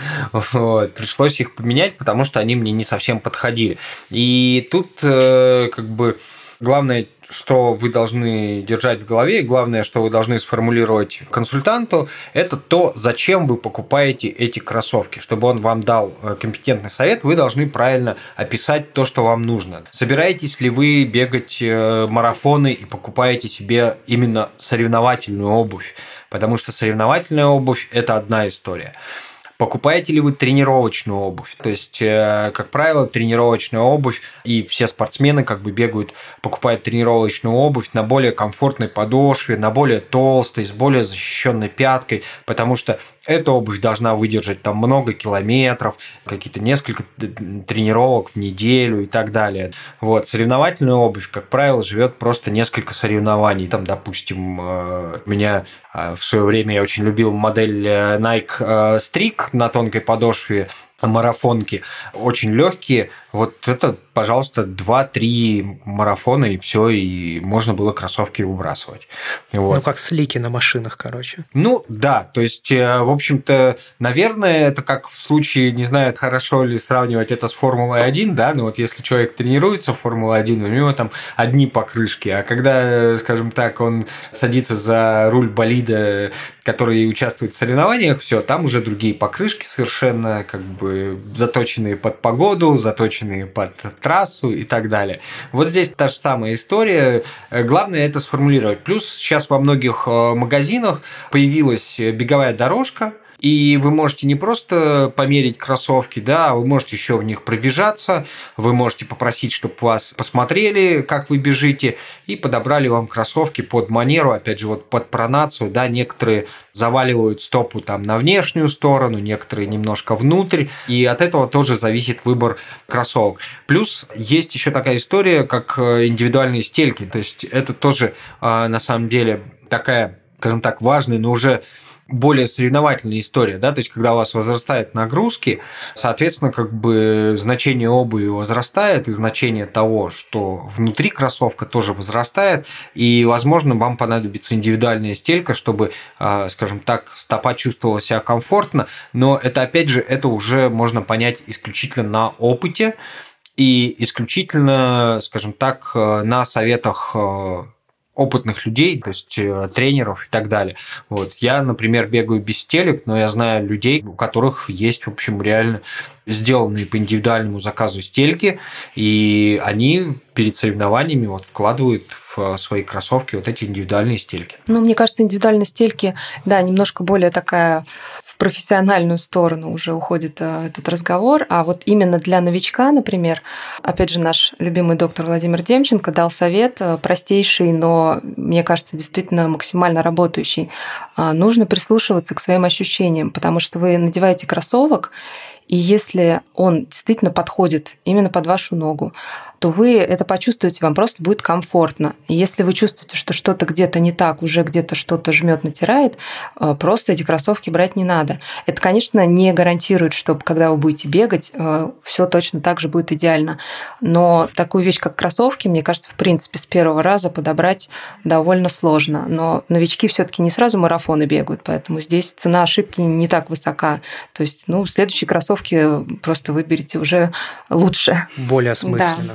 вот. Пришлось их поменять, потому что они мне не совсем подходили. И тут как бы главное, что вы должны держать в голове, и главное, что вы должны сформулировать консультанту, это то, зачем вы покупаете эти кроссовки. Чтобы он вам дал компетентный совет, вы должны правильно описать то, что вам нужно. Собираетесь ли вы бегать марафоны и покупаете себе именно соревновательную обувь? Потому что соревновательная обувь – это одна история. Покупаете ли вы тренировочную обувь? То есть, как правило, тренировочная обувь, и все спортсмены как бы бегают, покупают тренировочную обувь на более комфортной подошве, на более толстой, с более защищенной пяткой, потому что эта обувь должна выдержать там много километров, какие-то несколько тренировок в неделю и так далее. Вот. Соревновательная обувь, как правило, живет просто несколько соревнований. Там, допустим, у меня в свое время я очень любил модель Nike Streak на тонкой подошве, марафонки, очень легкие. Вот это, пожалуйста, два-три марафона, и все, и можно было кроссовки выбрасывать. Вот. Ну, как слики на машинах, короче. Ну, да, то есть, в общем-то, наверное, это как в случае, не знаю, хорошо ли сравнивать это с Формулой один, да, но вот если человек тренируется в Формуле один, у него там одни покрышки, а когда, скажем так, он садится за руль болида, который участвует в соревнованиях, все, там уже другие покрышки совершенно как бы заточенные под погоду, заточенные под трассу и так далее. Вот здесь та же самая история. Главное это сформулировать. Плюс сейчас во многих магазинах появилась беговая дорожка, И вы можете не просто померить кроссовки, да, вы можете еще в них пробежаться, вы можете попросить, чтобы вас посмотрели, как вы бежите, и подобрали вам кроссовки под манеру, опять же, вот под пронацию, да, некоторые заваливают стопу там на внешнюю сторону, некоторые немножко внутрь, и от этого тоже зависит выбор кроссовок. Плюс есть еще такая история, как индивидуальные стельки, то есть это тоже на самом деле такая, скажем так, важная, но уже более соревновательная история, да, то есть когда у вас возрастают нагрузки, соответственно, как бы значение обуви возрастает, и значение того, что внутри кроссовка тоже возрастает, и, возможно, вам понадобится индивидуальная стелька, чтобы, скажем так, стопа чувствовала себя комфортно, но это, опять же, это уже можно понять исключительно на опыте и исключительно, скажем так, на советах опытных людей, то есть тренеров и так далее. Вот. Я, например, бегаю без стелек, но я знаю людей, у которых есть, в общем, реально сделанные по индивидуальному заказу стельки, и они перед соревнованиями вот вкладывают в свои кроссовки вот эти индивидуальные стельки. Ну, мне кажется, индивидуальные стельки, да, немножко более такая в профессиональную сторону уже уходит этот разговор, а вот именно для новичка, например, опять же, наш любимый доктор Владимир Демченко дал совет простейший, но, мне кажется, действительно максимально работающий. Нужно прислушиваться к своим ощущениям, потому что вы надеваете кроссовок, и если он действительно подходит именно под вашу ногу, то вы это почувствуете, вам просто будет комфортно. И если вы чувствуете, что что-то где-то не так, уже где-то что-то жмет, натирает, просто эти кроссовки брать не надо. Это, конечно, не гарантирует, что когда вы будете бегать, все точно так же будет идеально. Но такую вещь, как кроссовки, мне кажется, в принципе, с первого раза подобрать довольно сложно. Но новички все-таки не сразу марафоны бегают, поэтому здесь цена ошибки не так высока. То есть, ну, следующие кроссовки просто выберите уже лучше. Более осмысленно. Да.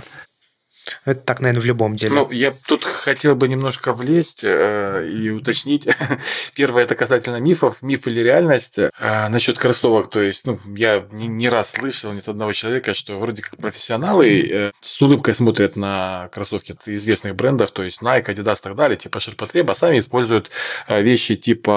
Это так, наверное, в любом деле. Ну, я тут хотел бы немножко влезть э, и уточнить. Первое, это касательно мифов. Миф или реальность. Э, насчет кроссовок. То есть, ну, я не, не раз слышал ни от одного человека, что вроде как профессионалы э, с улыбкой смотрят на кроссовки известных брендов, то есть Nike, Adidas и так далее, типа ширпотреб, а сами используют вещи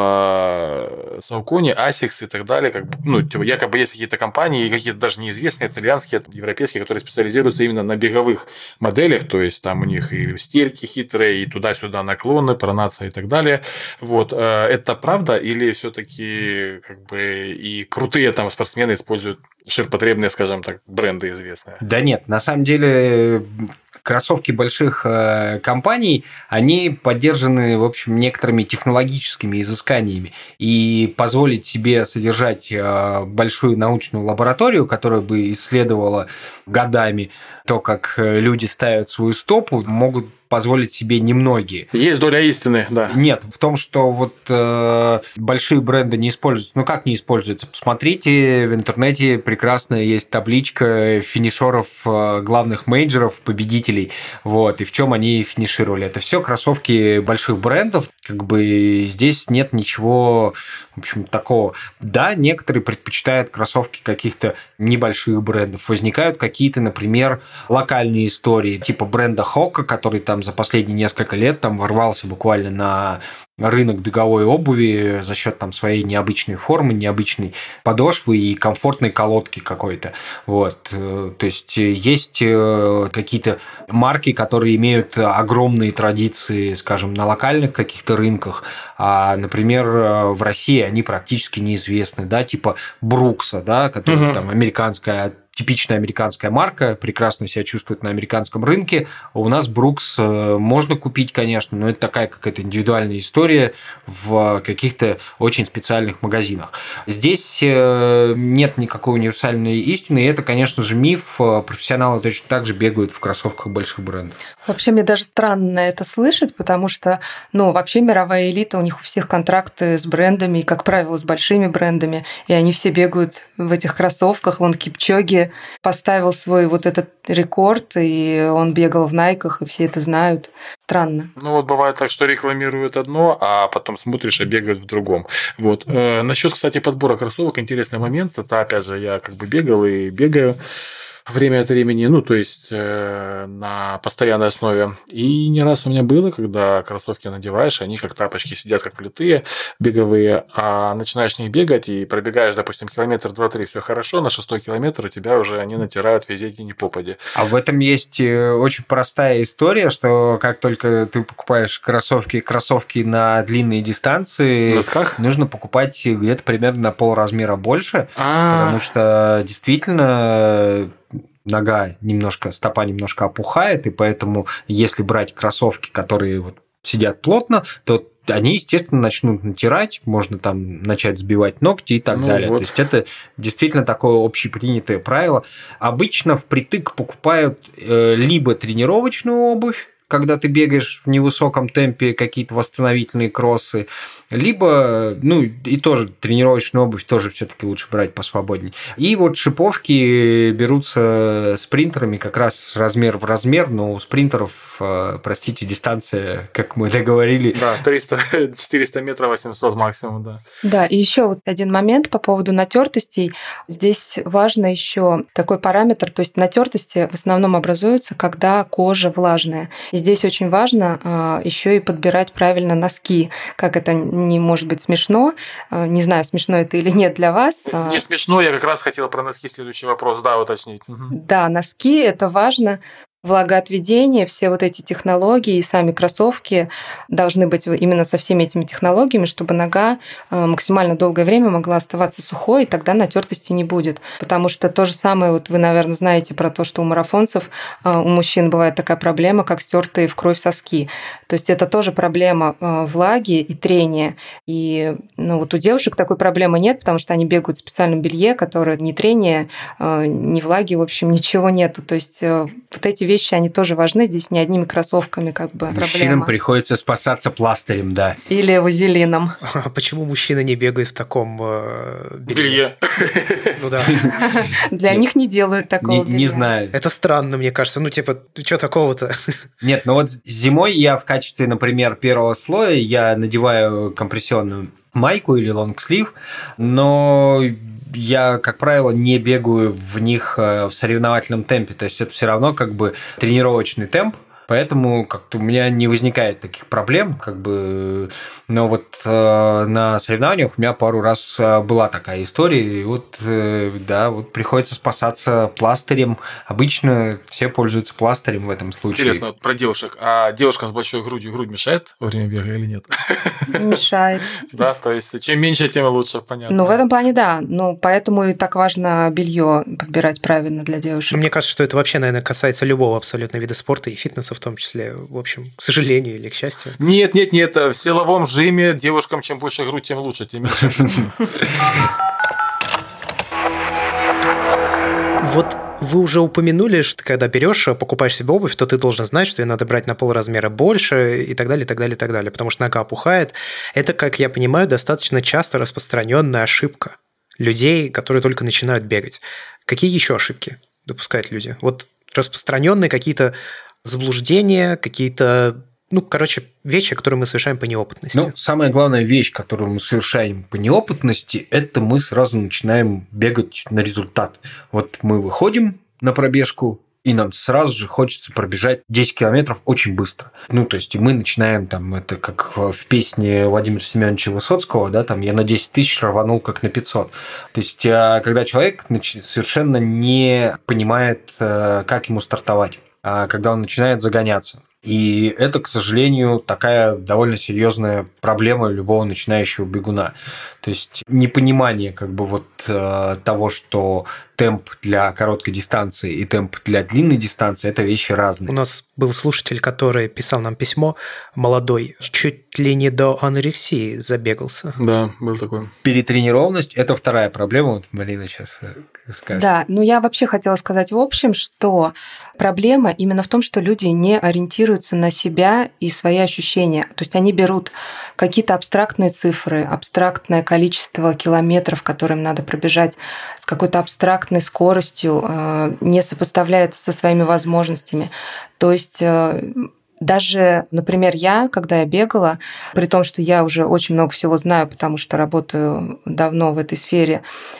типа Saucony, Asics и так далее. Как бы, ну, типа, якобы есть какие-то компании, какие-то даже неизвестные, итальянские, европейские, которые специализируются именно на беговых моделях. моделях, то есть там у них и стельки хитрые, и туда-сюда наклоны, пронация и так далее. Вот. Это правда или все-таки как бы и крутые там спортсмены используют ширпотребные, скажем так, бренды известные? Да нет, на самом деле кроссовки больших компаний, они поддержаны, в общем, некоторыми технологическими изысканиями. И позволить себе содержать большую научную лабораторию, которая бы исследовала годами то, как люди ставят свою стопу, могут позволить себе немногие. Есть доля истины, да. Нет, в том, что вот э, большие бренды не используются. Ну, как не используются? Посмотрите, в интернете прекрасно есть табличка финишеров э, главных мейджоров, победителей. Вот, и в чем они финишировали. Это все кроссовки больших брендов. Как бы здесь нет ничего, в общем, такого. Да, некоторые предпочитают кроссовки каких-то небольших брендов. Возникают какие-то, например, локальные истории, типа бренда Hoka, который там за последние несколько лет там ворвался буквально на рынок беговой обуви за счет там своей необычной формы, необычной подошвы и комфортной колодки какой-то. Вот. То есть есть какие-то марки, которые имеют огромные традиции, скажем, на локальных каких-то рынках, а, например, в России они практически неизвестны, да, типа Брукса, да, который угу. там американская типичная американская марка, прекрасно себя чувствует на американском рынке. У нас Брукс можно купить, конечно, но это такая какая-то индивидуальная история в каких-то очень специальных магазинах. Здесь нет никакой универсальной истины, и это, конечно же, миф. Профессионалы точно так же бегают в кроссовках больших брендов. Вообще, мне даже странно это слышать, потому что, ну, вообще мировая элита, у них у всех контракты с брендами, и, как правило, с большими брендами, и они все бегают в этих кроссовках. Вон Кипчоги поставил свой вот этот рекорд, и он бегал в Найках, и все это знают. Странно. Ну вот бывает так, что рекламируют одно, а потом смотришь, а бегают в другом. Вот. Э, насчет, кстати, подбора кроссовок, интересный момент. Это, опять же, я как бы бегал и бегаю. время от времени, ну, то есть э, на постоянной основе. И не раз у меня было, когда кроссовки надеваешь, они как тапочки сидят, как влитые, беговые, а начинаешь в них бегать и пробегаешь, допустим, километр, два, три, все хорошо, на шестой километр у тебя уже они натирают везде, где ни попади. А в этом есть очень простая история, что как только ты покупаешь кроссовки, кроссовки на длинные дистанции, В носках? нужно покупать где-то примерно на полразмера больше, А. потому что действительно нога немножко, стопа немножко опухает, и поэтому если брать кроссовки, которые вот сидят плотно, то они, естественно, начнут натирать, можно там начать сбивать ногти и так Ну далее. вот. То есть это действительно такое общепринятое правило. Обычно впритык покупают э, либо тренировочную обувь, когда ты бегаешь в невысоком темпе, какие-то восстановительные кроссы, либо, ну, и тоже тренировочную обувь тоже все-таки лучше брать посвободнее. И вот шиповки берутся спринтерами как раз размер в размер, но у спринтеров, простите, дистанция, как мы договорили. Да, триста-четыреста метров, восемьсот максимум, да. Да, и еще вот один момент по поводу натертостей. Здесь важно еще такой параметр, то есть натертости в основном образуются, когда кожа влажная. И здесь очень важно еще и подбирать правильно носки, как это не может быть смешно. Не знаю, смешно это или нет для вас. Не смешно, я как раз хотела про носки следующий вопрос, да, уточнить. Да, носки – это важно. Влагоотведение, все вот эти технологии и сами кроссовки должны быть именно со всеми этими технологиями, чтобы нога максимально долгое время могла оставаться сухой, и тогда натертости не будет. Потому что то же самое, вот вы, наверное, знаете про то, что у марафонцев, у мужчин бывает такая проблема, как стертые в кровь соски. То есть это тоже проблема влаги и трения. И ну, вот у девушек такой проблемы нет, потому что они бегают в специальном белье, которое ни трения, ни влаги, в общем, ничего нету. То есть вот эти вещи вещи, они тоже важны. Здесь не одними кроссовками как бы Мужчинам проблема. приходится спасаться пластырем, да. Или вазелином. А почему мужчины не бегают в таком э, белье? Белье. Ну да. Для них не делают такого белья. Не знаю. Это странно, мне кажется. Ну, типа, что такого-то? Нет, ну вот зимой я в качестве, например, первого слоя я надеваю компрессионную майку или лонгслив, но я, как правило, не бегаю в них в соревновательном темпе. То есть это все равно как бы тренировочный темп. Поэтому как-то у меня не возникает таких проблем, как бы, но вот э, на соревнованиях у меня пару раз была такая история, и вот, э, да, вот приходится спасаться пластырем. Обычно все пользуются пластырем в этом случае. Интересно, вот про девушек. А девушкам с большой грудью грудь мешает во время бега или нет? Мешает. Да, то есть чем меньше, тем лучше, понятно. Ну, в этом плане, да. Ну, поэтому и так важно белье подбирать правильно для девушек. Мне кажется, что это вообще, наверное, касается любого абсолютно вида спорта и фитнеса в том числе, в общем, к сожалению или к счастью. Нет, нет, нет, в силовом жиме девушкам чем больше грудь, тем лучше, тем меньше. Вот вы уже упомянули, что когда берешь, покупаешь себе обувь, то ты должен знать, что ее надо брать на полразмера больше и так далее, и так далее, и так далее, потому что нога опухает. Это, как я понимаю, достаточно часто распространенная ошибка людей, которые только начинают бегать. Какие еще ошибки допускают люди? Вот распространенные какие-то заблуждения, какие-то, ну, короче, вещи, которые мы совершаем по неопытности. Ну, самая главная вещь, которую мы совершаем по неопытности, это мы сразу начинаем бегать на результат. Вот мы выходим на пробежку, и нам сразу же хочется пробежать десять километров очень быстро. Ну, то есть, и мы начинаем там, это как в песне Владимира Семеновича Высоцкого, да, там, я на десять тысяч рванул как на пятьсот. То есть, когда человек совершенно не понимает, как ему стартовать, когда он начинает загоняться. И это, к сожалению, такая довольно серьезная проблема любого начинающего бегуна. То есть непонимание как бы вот э, того, что темп для короткой дистанции и темп для длинной дистанции – это вещи разные. У нас был слушатель, который писал нам письмо, молодой, чуть ли не до анорексии забегался. Да, был такой. Перетренированность – это вторая проблема. Вот Марина сейчас скажет. Да, ну я вообще хотела сказать в общем, что проблема именно в том, что люди не ориентируются на себя и свои ощущения. То есть они берут какие-то абстрактные цифры, абстрактное количество километров, которые им надо пробежать с какой-то абстрактной скоростью, не сопоставляя это со своими возможностями. То есть даже, например, я, когда я бегала, при том, что я уже очень много всего знаю, потому что работаю давно в этой сфере,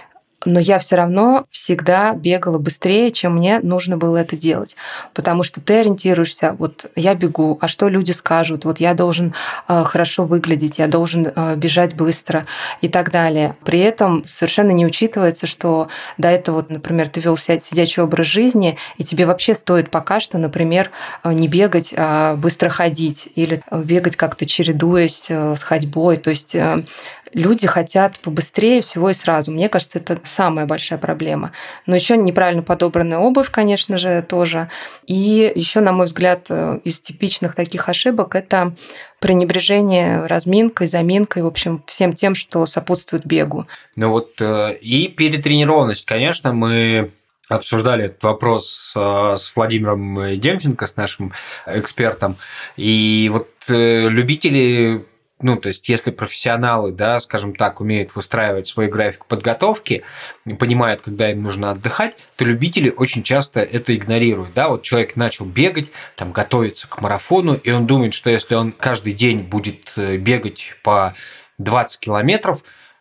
но я все равно всегда бегала быстрее, чем мне нужно было это делать. Потому что ты ориентируешься, вот я бегу, а что люди скажут? Вот я должен э, хорошо выглядеть, я должен э, бежать быстро и так далее. При этом совершенно не учитывается, что до этого, вот, например, ты вел сидячий образ жизни, и тебе вообще стоит пока что, например, не бегать, а быстро ходить или бегать как-то чередуясь с ходьбой. То есть люди хотят побыстрее всего и сразу. Мне кажется, это самая большая проблема. Но еще неправильно подобранная обувь, конечно же, тоже. И еще, на мой взгляд, из типичных таких ошибок это пренебрежение разминкой, заминкой, в общем, всем тем, что сопутствует бегу. Ну вот и перетренированность, конечно, мы обсуждали этот вопрос с Владимиром Демченко, с нашим экспертом. И вот любители, ну, то есть, если профессионалы, да, скажем так, умеют выстраивать свой график подготовки, понимают, когда им нужно отдыхать, то любители очень часто это игнорируют. Да? Вот человек начал бегать, там, готовиться к марафону, и он думает, что если он каждый день будет бегать по двадцать километров,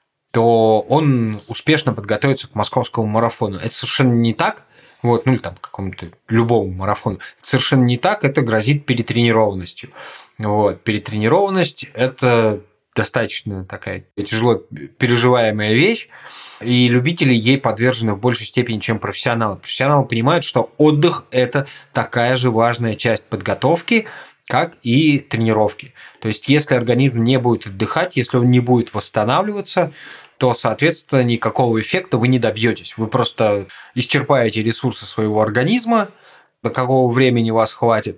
то он успешно подготовится к московскому марафону. Это совершенно не так. Вот, ну или там к какому-то любому марафону. Это совершенно не так, это грозит перетренированностью. Вот. Перетренированность – это достаточно такая тяжело переживаемая вещь, и любители ей подвержены в большей степени, чем профессионалы. Профессионалы понимают, что отдых – это такая же важная часть подготовки, как и тренировки. То есть, если организм не будет отдыхать, если он не будет восстанавливаться, то, соответственно, никакого эффекта вы не добьетесь. Вы просто исчерпаете ресурсы своего организма, до какого времени вас хватит,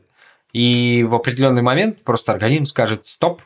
и в определенный момент просто организм скажет «стоп»,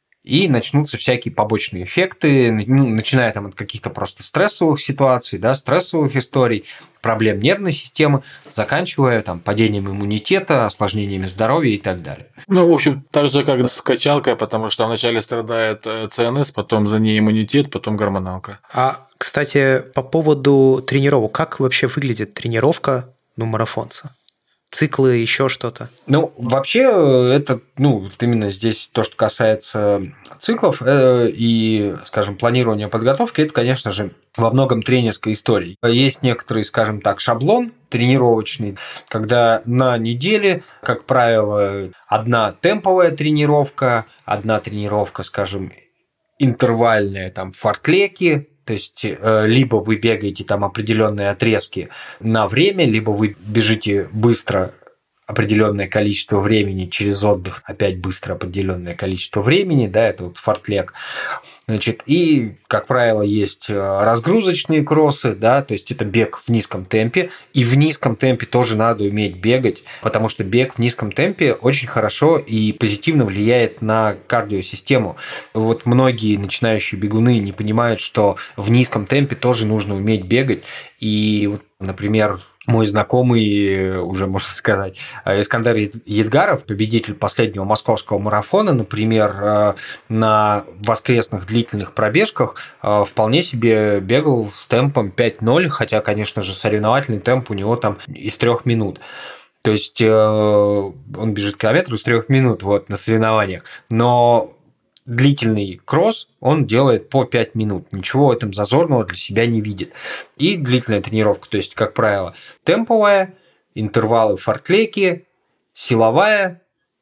и начнутся всякие побочные эффекты, ну, начиная там от каких-то просто стрессовых ситуаций, да, стрессовых историй, проблем нервной системы, заканчивая там падением иммунитета, осложнениями здоровья и так далее. Ну, в общем, так же, как с качалкой, потому что вначале страдает ЦНС, потом за ней иммунитет, потом гормоналка. А, кстати, по поводу тренировок, как вообще выглядит тренировка, ну, марафонца? Циклы, еще что-то? Ну, вообще, это, ну, вот именно здесь то, что касается циклов э, и, скажем, планирования подготовки, это, конечно же, во многом тренерской истории. Есть некоторый, скажем так, шаблон тренировочный, когда на неделе, как правило, одна темповая тренировка, одна тренировка, скажем, интервальная, там, фортлеки. То есть, либо вы бегаете там определенные отрезки на время, либо вы бежите быстро определенное количество времени через отдых, опять быстро определенное количество времени, да, это вот фортлек. Значит, и, как правило, есть разгрузочные кроссы, да, то есть это бег в низком темпе, и в низком темпе тоже надо уметь бегать, потому что бег в низком темпе очень хорошо и позитивно влияет на кардиосистему. Вот многие начинающие бегуны не понимают, что в низком темпе тоже нужно уметь бегать, и вот, например, мой знакомый, уже можно сказать, Искандер Едгаров, победитель последнего московского марафона, например, на воскресных длительных пробежках вполне себе бегал с темпом пять ноль, хотя, конечно же, соревновательный темп у него там из трех минут. То есть он бежит километр из трех минут вот, на соревнованиях. Но длительный кросс он делает по пять минут. Ничего в этом зазорного для себя не видит. И длительная тренировка, то есть, как правило, темповая, интервалы фортлеки, силовая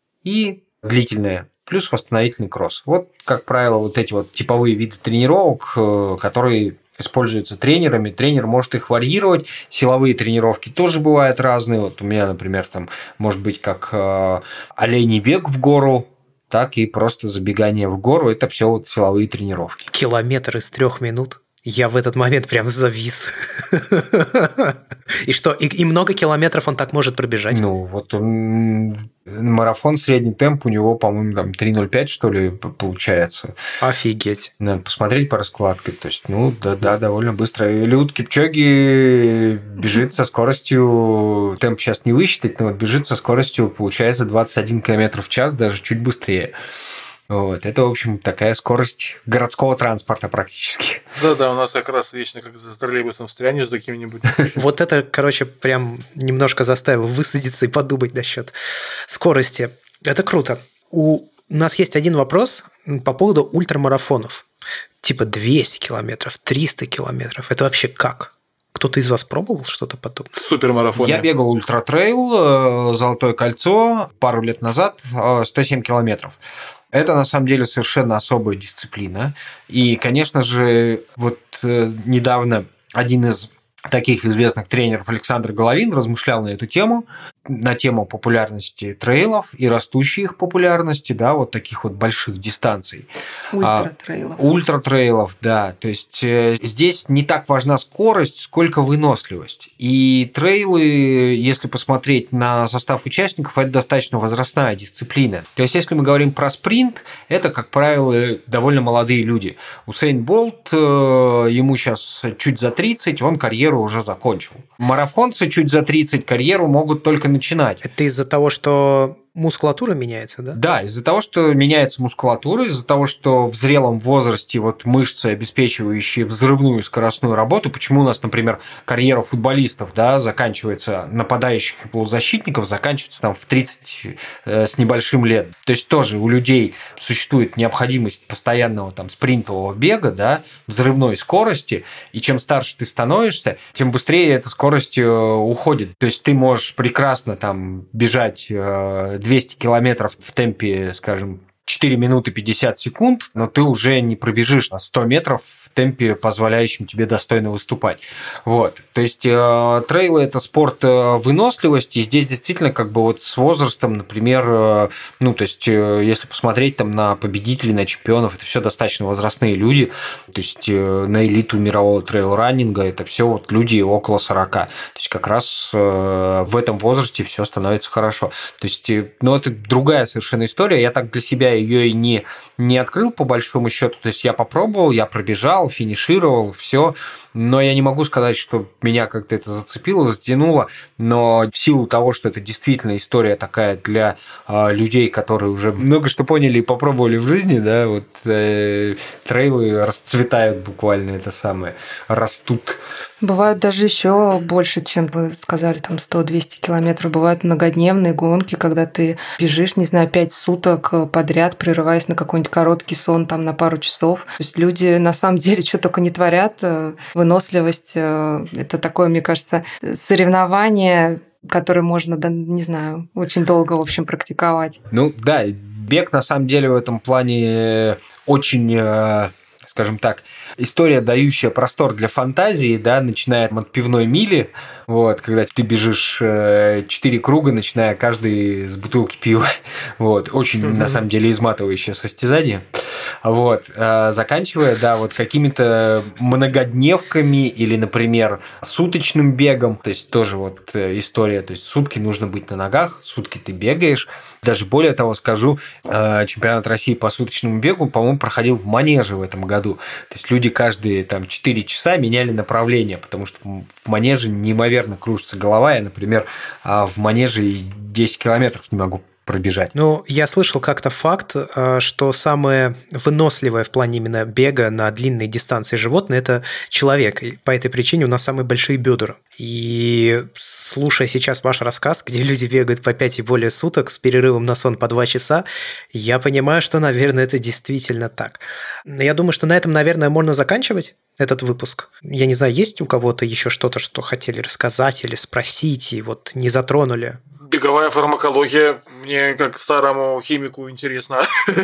и длительная, плюс восстановительный кросс. Вот, как правило, вот эти вот типовые виды тренировок, которые используются тренерами. Тренер может их варьировать. Силовые тренировки тоже бывают разные. Вот у меня, например, там может быть как оленей бег в гору, так и просто забегание в гору. Это все вот силовые тренировки. Километр из трех минут? Я в этот момент прям завис. И что, и, и много километров он так может пробежать? Ну, вот он, марафон средний темп у него, по-моему, там три ноль пять, что ли, получается. Офигеть. Надо посмотреть по раскладке. То есть, ну, да, да, довольно быстро. Элиуд Кипчоги бежит со скоростью, темп сейчас не высчитать, но вот бежит со скоростью, получается, двадцать один километр в час, даже чуть быстрее. Вот. Это, в общем, такая скорость городского транспорта практически. Да-да, у нас как раз вечно как за троллейбусом встрянешь за кем-нибудь. Вот это, короче, прям немножко заставило высадиться и подумать насчет скорости. Это круто. У нас есть один вопрос по поводу ультрамарафонов. типа двести километров, триста километров. Это вообще как? Кто-то из вас пробовал что-то подобное? Супермарафон. Я бегал ультратрейл, Золотое кольцо пару лет назад, сто семь километров. Это, на самом деле, совершенно особая дисциплина. И, конечно же, вот недавно один из таких известных тренеров, Александр Головин, размышлял на эту тему, на тему популярности трейлов и растущей их популярности, да, вот таких вот больших дистанций. Ультратрейлов. А, ультратрейлов, да. То есть здесь не так важна скорость, сколько выносливость. И трейлы, если посмотреть на состав участников, это достаточно возрастная дисциплина. То есть если мы говорим про спринт, это, как правило, довольно молодые люди. Усейн Болт, ему сейчас чуть за тридцать, он карьеру уже закончил. Марафонцы чуть за тридцать карьеру могут только начинать. Это из-за того, что мускулатура меняется, да? Да, из-за того, что меняется мускулатура, из-за того, что в зрелом возрасте вот мышцы, обеспечивающие взрывную скоростную работу, почему у нас, например, карьера футболистов, да, заканчивается, нападающих и полузащитников, заканчивается там в тридцать э, с небольшим лет. То есть тоже у людей существует необходимость постоянного там спринтового бега, да, взрывной скорости, и чем старше ты становишься, тем быстрее эта скорость э, уходит. То есть ты можешь прекрасно там бежать э, двести километров в темпе, скажем, четыре минуты пятьдесят секунд, но ты уже не пробежишь на сто метров в темпе, позволяющем тебе достойно выступать. Вот. То есть э, трейлы – это спорт э, выносливости, и здесь действительно как бы вот с возрастом, например, э, ну, то есть э, если посмотреть там на победителей, на чемпионов, это все достаточно возрастные люди, то есть э, на элиту мирового трейл-раннинга это все вот люди около сорока. То есть как раз э, в этом возрасте все становится хорошо. То есть, э, ну, это другая совершенно история. Я так для себя ее и не, не открыл по большому счету. То есть я попробовал, я пробежал, финишировал, все. Но я не могу сказать, что меня как-то это зацепило, затянуло. Но в силу того, что это действительно история такая для э, людей, которые уже много что поняли и попробовали в жизни, да, вот э, трейлы расцветают буквально, это самое, растут. Бывают даже еще больше, чем вы сказали, там сто-двести километров. Бывают многодневные гонки, когда ты бежишь, не знаю, пять суток подряд, прерываясь на какой-нибудь короткий сон там на пару часов. То есть люди на самом деле что только не творят. Выносливость – это такое, мне кажется, соревнование, которое можно, да, не знаю, очень долго, в общем, практиковать. Ну да, бег на самом деле в этом плане очень, скажем так, история, дающая простор для фантазии, да, начиная от пивной мили, вот, когда ты бежишь четыре круга, начиная каждый с бутылки пива. Вот, очень, на самом деле, изматывающее состязание. Вот, заканчивая, да, вот какими-то многодневками или, например, суточным бегом. То есть тоже вот история, то есть сутки нужно быть на ногах, сутки ты бегаешь. Даже более того скажу, чемпионат России по суточному бегу, по-моему, проходил в Манеже в этом году. То есть люди каждые там четыре часа меняли направление, потому что в Манеже неимоверно кружится голова. Я, например, в Манеже десять километров не могу пробежать. Ну, я слышал как-то факт, что самое выносливое в плане именно бега на длинные дистанции животное – это человек. И по этой причине у нас самые большие бедра. И слушая сейчас ваш рассказ, где люди бегают по пять и более суток с перерывом на сон по два часа, я понимаю, что, наверное, это действительно так. Я думаю, что на этом, наверное, можно заканчивать этот выпуск. Я не знаю, есть у кого-то еще что-то, что хотели рассказать или спросить, и вот не затронули? Беговая фармакология мне, как старому химику, интересно.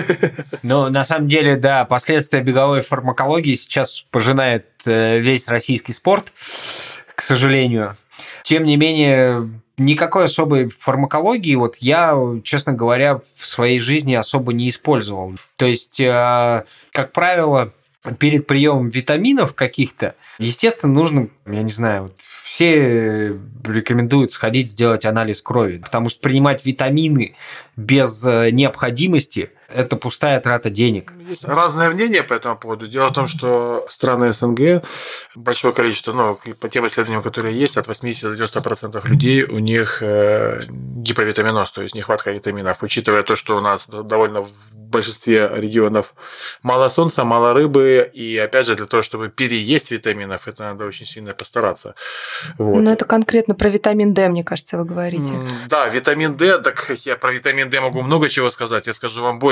Но на самом деле, да, последствия беговой фармакологии сейчас пожинает весь российский спорт, к сожалению. Тем не менее, никакой особой фармакологии вот я, честно говоря, в своей жизни особо не использовал. То есть, как правило, перед приемом витаминов каких-то, естественно, нужно, я не знаю, вот все рекомендуют сходить сделать анализ крови, потому что принимать витамины без необходимости – это пустая трата денег. Есть разное мнение по этому поводу. Дело в том, что страны СНГ, большое количество, ну, по тем исследованиям, которые есть, от восьмидесяти до девяноста процентов людей у них гиповитаминоз, то есть нехватка витаминов. Учитывая то, что у нас довольно в большинстве регионов мало солнца, мало рыбы, и опять же для того, чтобы переесть витаминов, это надо очень сильно постараться. Вот. Но это конкретно про витамин D, мне кажется, вы говорите. Да, витамин D, так я про витамин D могу много чего сказать. Я скажу вам больше.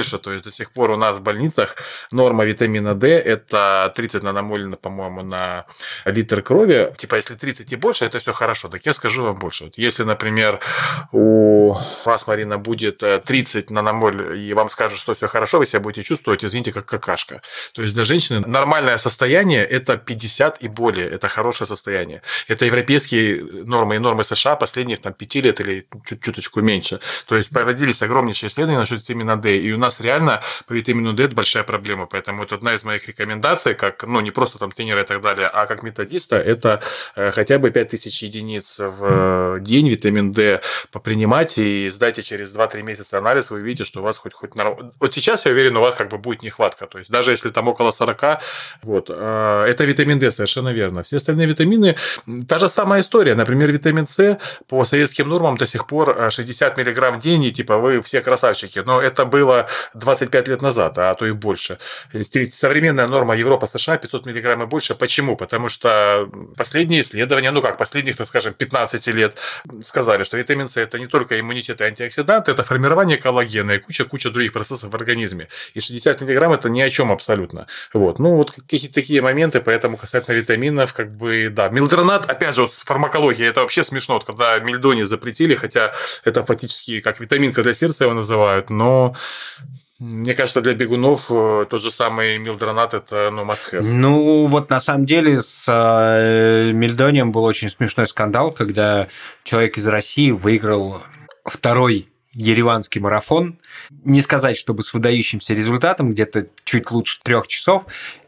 больше. То есть до сих пор у нас в больницах норма витамина D – это тридцать наномоль, по-моему, на литр крови. Типа, если тридцать и больше, это все хорошо. Так я скажу вам больше. Вот если, например, у вас, Марина, будет тридцать наномоль, и вам скажут, что все хорошо, вы себя будете чувствовать, извините, как какашка. То есть для женщины нормальное состояние – это пятьдесят и более. Это хорошее состояние. Это европейские нормы и нормы США последних там, пяти лет или чуть-чуточку меньше. То есть проводились огромнейшие исследования насчет витамина D. И у нас реально по витамину D это большая проблема. Поэтому это одна из моих рекомендаций, как, ну, не просто там тренера и так далее, а как методиста, это хотя бы пять тысяч единиц в день витамин D попринимать и сдайте через два-три месяца анализ, вы увидите, что у вас хоть хоть норм... Вот сейчас, я уверен, у вас как бы будет нехватка. То есть даже если там около сорока, вот, это витамин D, совершенно верно. Все остальные витамины, та же самая история. Например, витамин С по советским нормам до сих пор шестьдесят миллиграмм в день, и типа вы все красавчики. Но это было двадцать пять лет назад, а то и больше. Современная норма Европа, США пятьсот миллиграмм и больше. Почему? Потому что последние исследования, ну как, последних, так скажем, пятнадцать лет сказали, что витамин С – это не только иммунитет и антиоксиданты, это формирование коллагена и куча-куча других процессов в организме. И шестьдесят миллиграмм – это ни о чем абсолютно. Вот. Ну, вот какие-то такие моменты, поэтому касательно витаминов, как бы, да. Милдронат, опять же, вот фармакология, это вообще смешно, вот, когда мельдоний запретили, хотя это фактически как витаминка для сердца его называют, но мне кажется, для бегунов тот же самый милдронат – это, ну, must have. Ну, вот на самом деле с э, мельдонием был очень смешной скандал, когда человек из России выиграл второй ереванский марафон. Не сказать, чтобы с выдающимся результатом, где-то чуть лучше трех часов.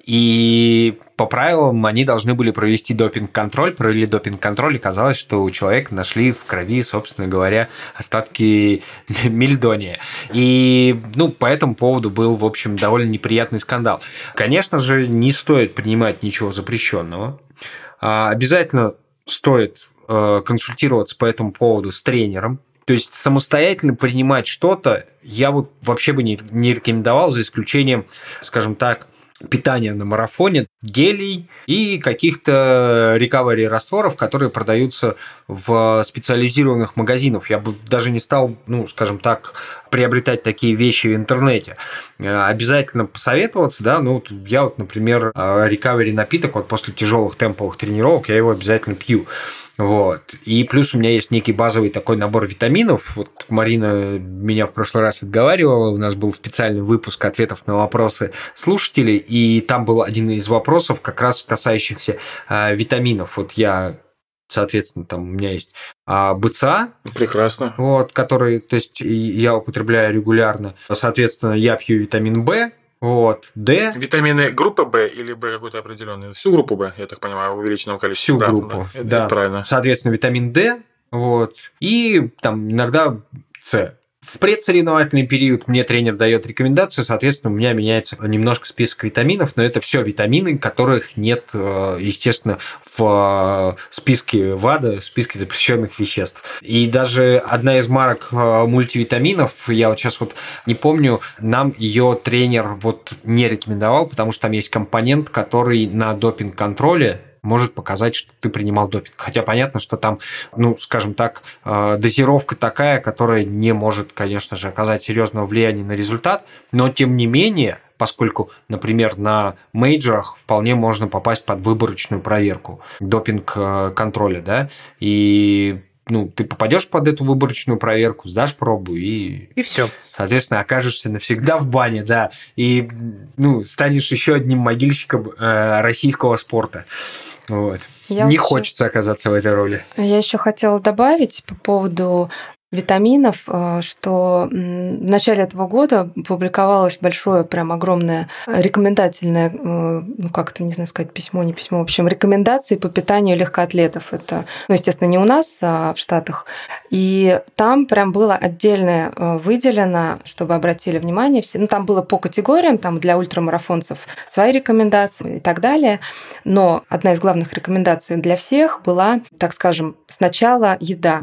И по правилам они должны были провести допинг-контроль, провели допинг-контроль, и казалось, что у человека нашли в крови, собственно говоря, остатки мельдония. И, ну, по этому поводу был, в общем, довольно неприятный скандал. Конечно же, не стоит принимать ничего запрещенного. Обязательно стоит консультироваться по этому поводу с тренером. То есть самостоятельно принимать что-то я вот вообще бы не, не рекомендовал, за исключением, скажем так, питания на марафоне, гелей и каких-то recovery растворов, которые продаются в специализированных магазинах. Я бы даже не стал, ну, скажем так, приобретать такие вещи в интернете. Обязательно посоветоваться, да, ну, я вот, например, recovery напиток, вот после тяжелых темповых тренировок я его обязательно пью. Вот. И плюс у меня есть некий базовый такой набор витаминов. Вот Марина меня в прошлый раз отговаривала, у нас был специальный выпуск ответов на вопросы слушателей, и там был один из вопросов, как раз касающихся э, витаминов. Вот я, соответственно, там у меня есть э, БЦА. Прекрасно. Вот, который, то есть, я употребляю регулярно. Соответственно, я пью витамин В. Вот, Д. Витамины группы В или В какой-то определенный? Всю группу В, я так понимаю, в увеличенном количестве. Всю да, группу, да. да. Это правильно. Соответственно, витамин Д, вот, и там иногда С. В предсоревновательный период мне тренер дает рекомендации, соответственно, у меня меняется немножко список витаминов, но это все витамины, которых нет, естественно, в списке ВАДА, в списке запрещенных веществ. И даже одна из марок мультивитаминов, я вот сейчас вот не помню, нам ее тренер вот не рекомендовал, потому что там есть компонент, который на допинг-контроле может показать, что ты принимал допинг. Хотя понятно, что там, ну, скажем так, дозировка такая, которая не может, конечно же, оказать серьезного влияния на результат, но тем не менее, поскольку, например, на мейджорах вполне можно попасть под выборочную проверку допинг-контроля, да, и ну, ты попадешь под эту выборочную проверку, сдашь пробу и... И все. Соответственно, окажешься навсегда в бане, да, и, ну, станешь еще одним могильщиком э, российского спорта. Вот. Я не вообще... хочется оказаться в этой роли. Я еще хотела добавить по поводу витаминов, что в начале этого года публиковалось большое, прям огромное рекомендательное, ну как это, не знаю сказать, письмо, не письмо, в общем, рекомендации по питанию легкоатлетов. Это, ну, естественно, не у нас, а в Штатах. И там прям было отдельно выделено, чтобы обратили внимание все. Ну, там было по категориям, там для ультрамарафонцев свои рекомендации и так далее. Но одна из главных рекомендаций для всех была, так скажем, сначала еда.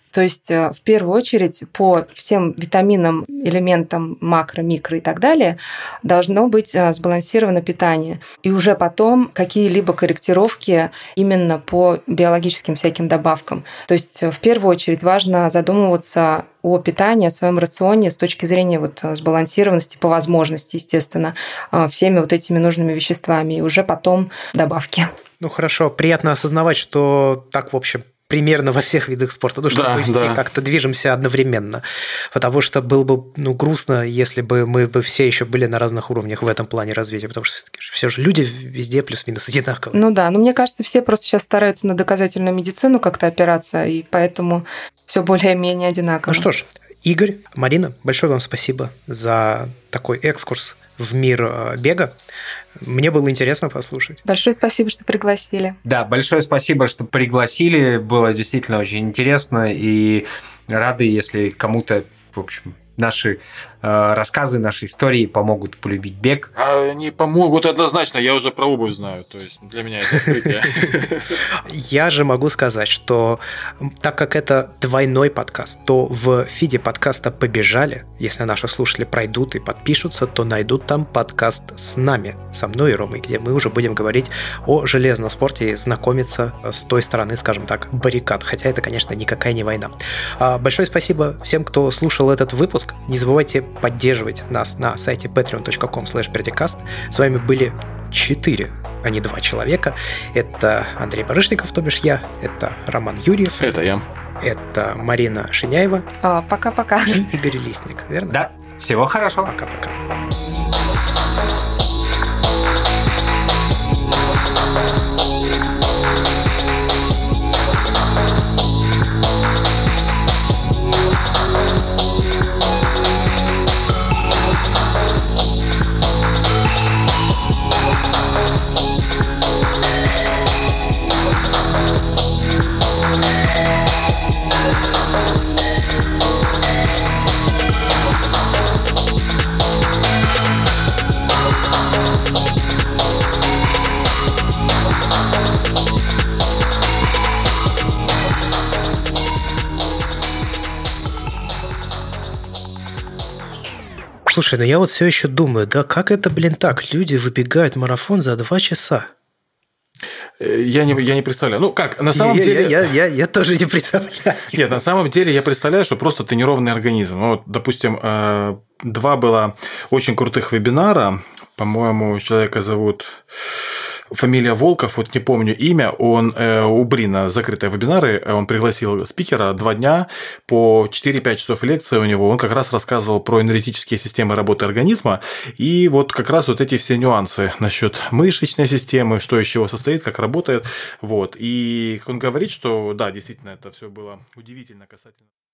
То есть, в первую очередь, по всем витаминам, элементам макро, микро и так далее должно быть сбалансировано питание. И уже потом какие-либо корректировки именно по биологическим всяким добавкам. То есть, в первую очередь, важно задумываться о питании, о своем рационе с точки зрения вот сбалансированности по возможности, естественно, всеми вот этими нужными веществами, и уже потом добавки. Ну, хорошо. Приятно осознавать, что так, в общем, примерно во всех видах спорта, ну, что да, мы все да. как-то движемся одновременно, потому что было бы ну, грустно, если бы мы бы все еще были на разных уровнях в этом плане развития, потому что все-таки все же люди везде плюс-минус одинаковые. Ну да, но мне кажется, все просто сейчас стараются на доказательную медицину как-то опираться, и поэтому все более-менее одинаково. Ну что ж, Игорь, Марина, большое вам спасибо за такой экскурс в мир бега. Мне было интересно послушать. Большое спасибо, что пригласили. Да, большое спасибо, что пригласили. Было действительно очень интересно. И рады, если кому-то, в общем, наши э, рассказы, наши истории помогут полюбить бег. А они помогут однозначно. Я уже про обувь знаю. То есть для меня это открытие. Я же могу сказать, что так как это двойной подкаст, то в фиде подкаста «Побежали», если наши слушатели пройдут и подпишутся, то найдут там подкаст с нами, со мной и Ромой, где мы уже будем говорить о железном спорте и знакомиться с той стороны, скажем так, баррикад. Хотя это, конечно, никакая не война. Большое спасибо всем, кто слушал этот выпуск. Не забывайте поддерживать нас на сайте patreon точка com слэш пердикаст. С вами были четыре, а не два человека. Это Андрей Барышников, то бишь я. Это Роман Юрьев. Это я. Это Марина Шиняева. О, пока-пока. И Игорь Лисник, верно? Да. Всего хорошего. Пока-пока. Слушай, ну я вот все еще думаю, да как это, блин, так? Люди выбегают марафон за два часа. Я не, я не представляю. Ну, как, на самом я, деле... Я, я, я, я тоже не представляю. Нет, на самом деле я представляю, что просто тренированный организм. Вот, допустим, два было очень крутых вебинара. По-моему, человека зовут... Фамилия Волков, вот не помню имя, он э, у Брина закрытые вебинары, он пригласил спикера два дня по четыре-пять часов лекции у него, он как раз рассказывал про энергетические системы работы организма и вот как раз вот эти все нюансы насчет мышечной системы, что из чего состоит, как работает, вот, и он говорит, что да, действительно это все было удивительно касательно.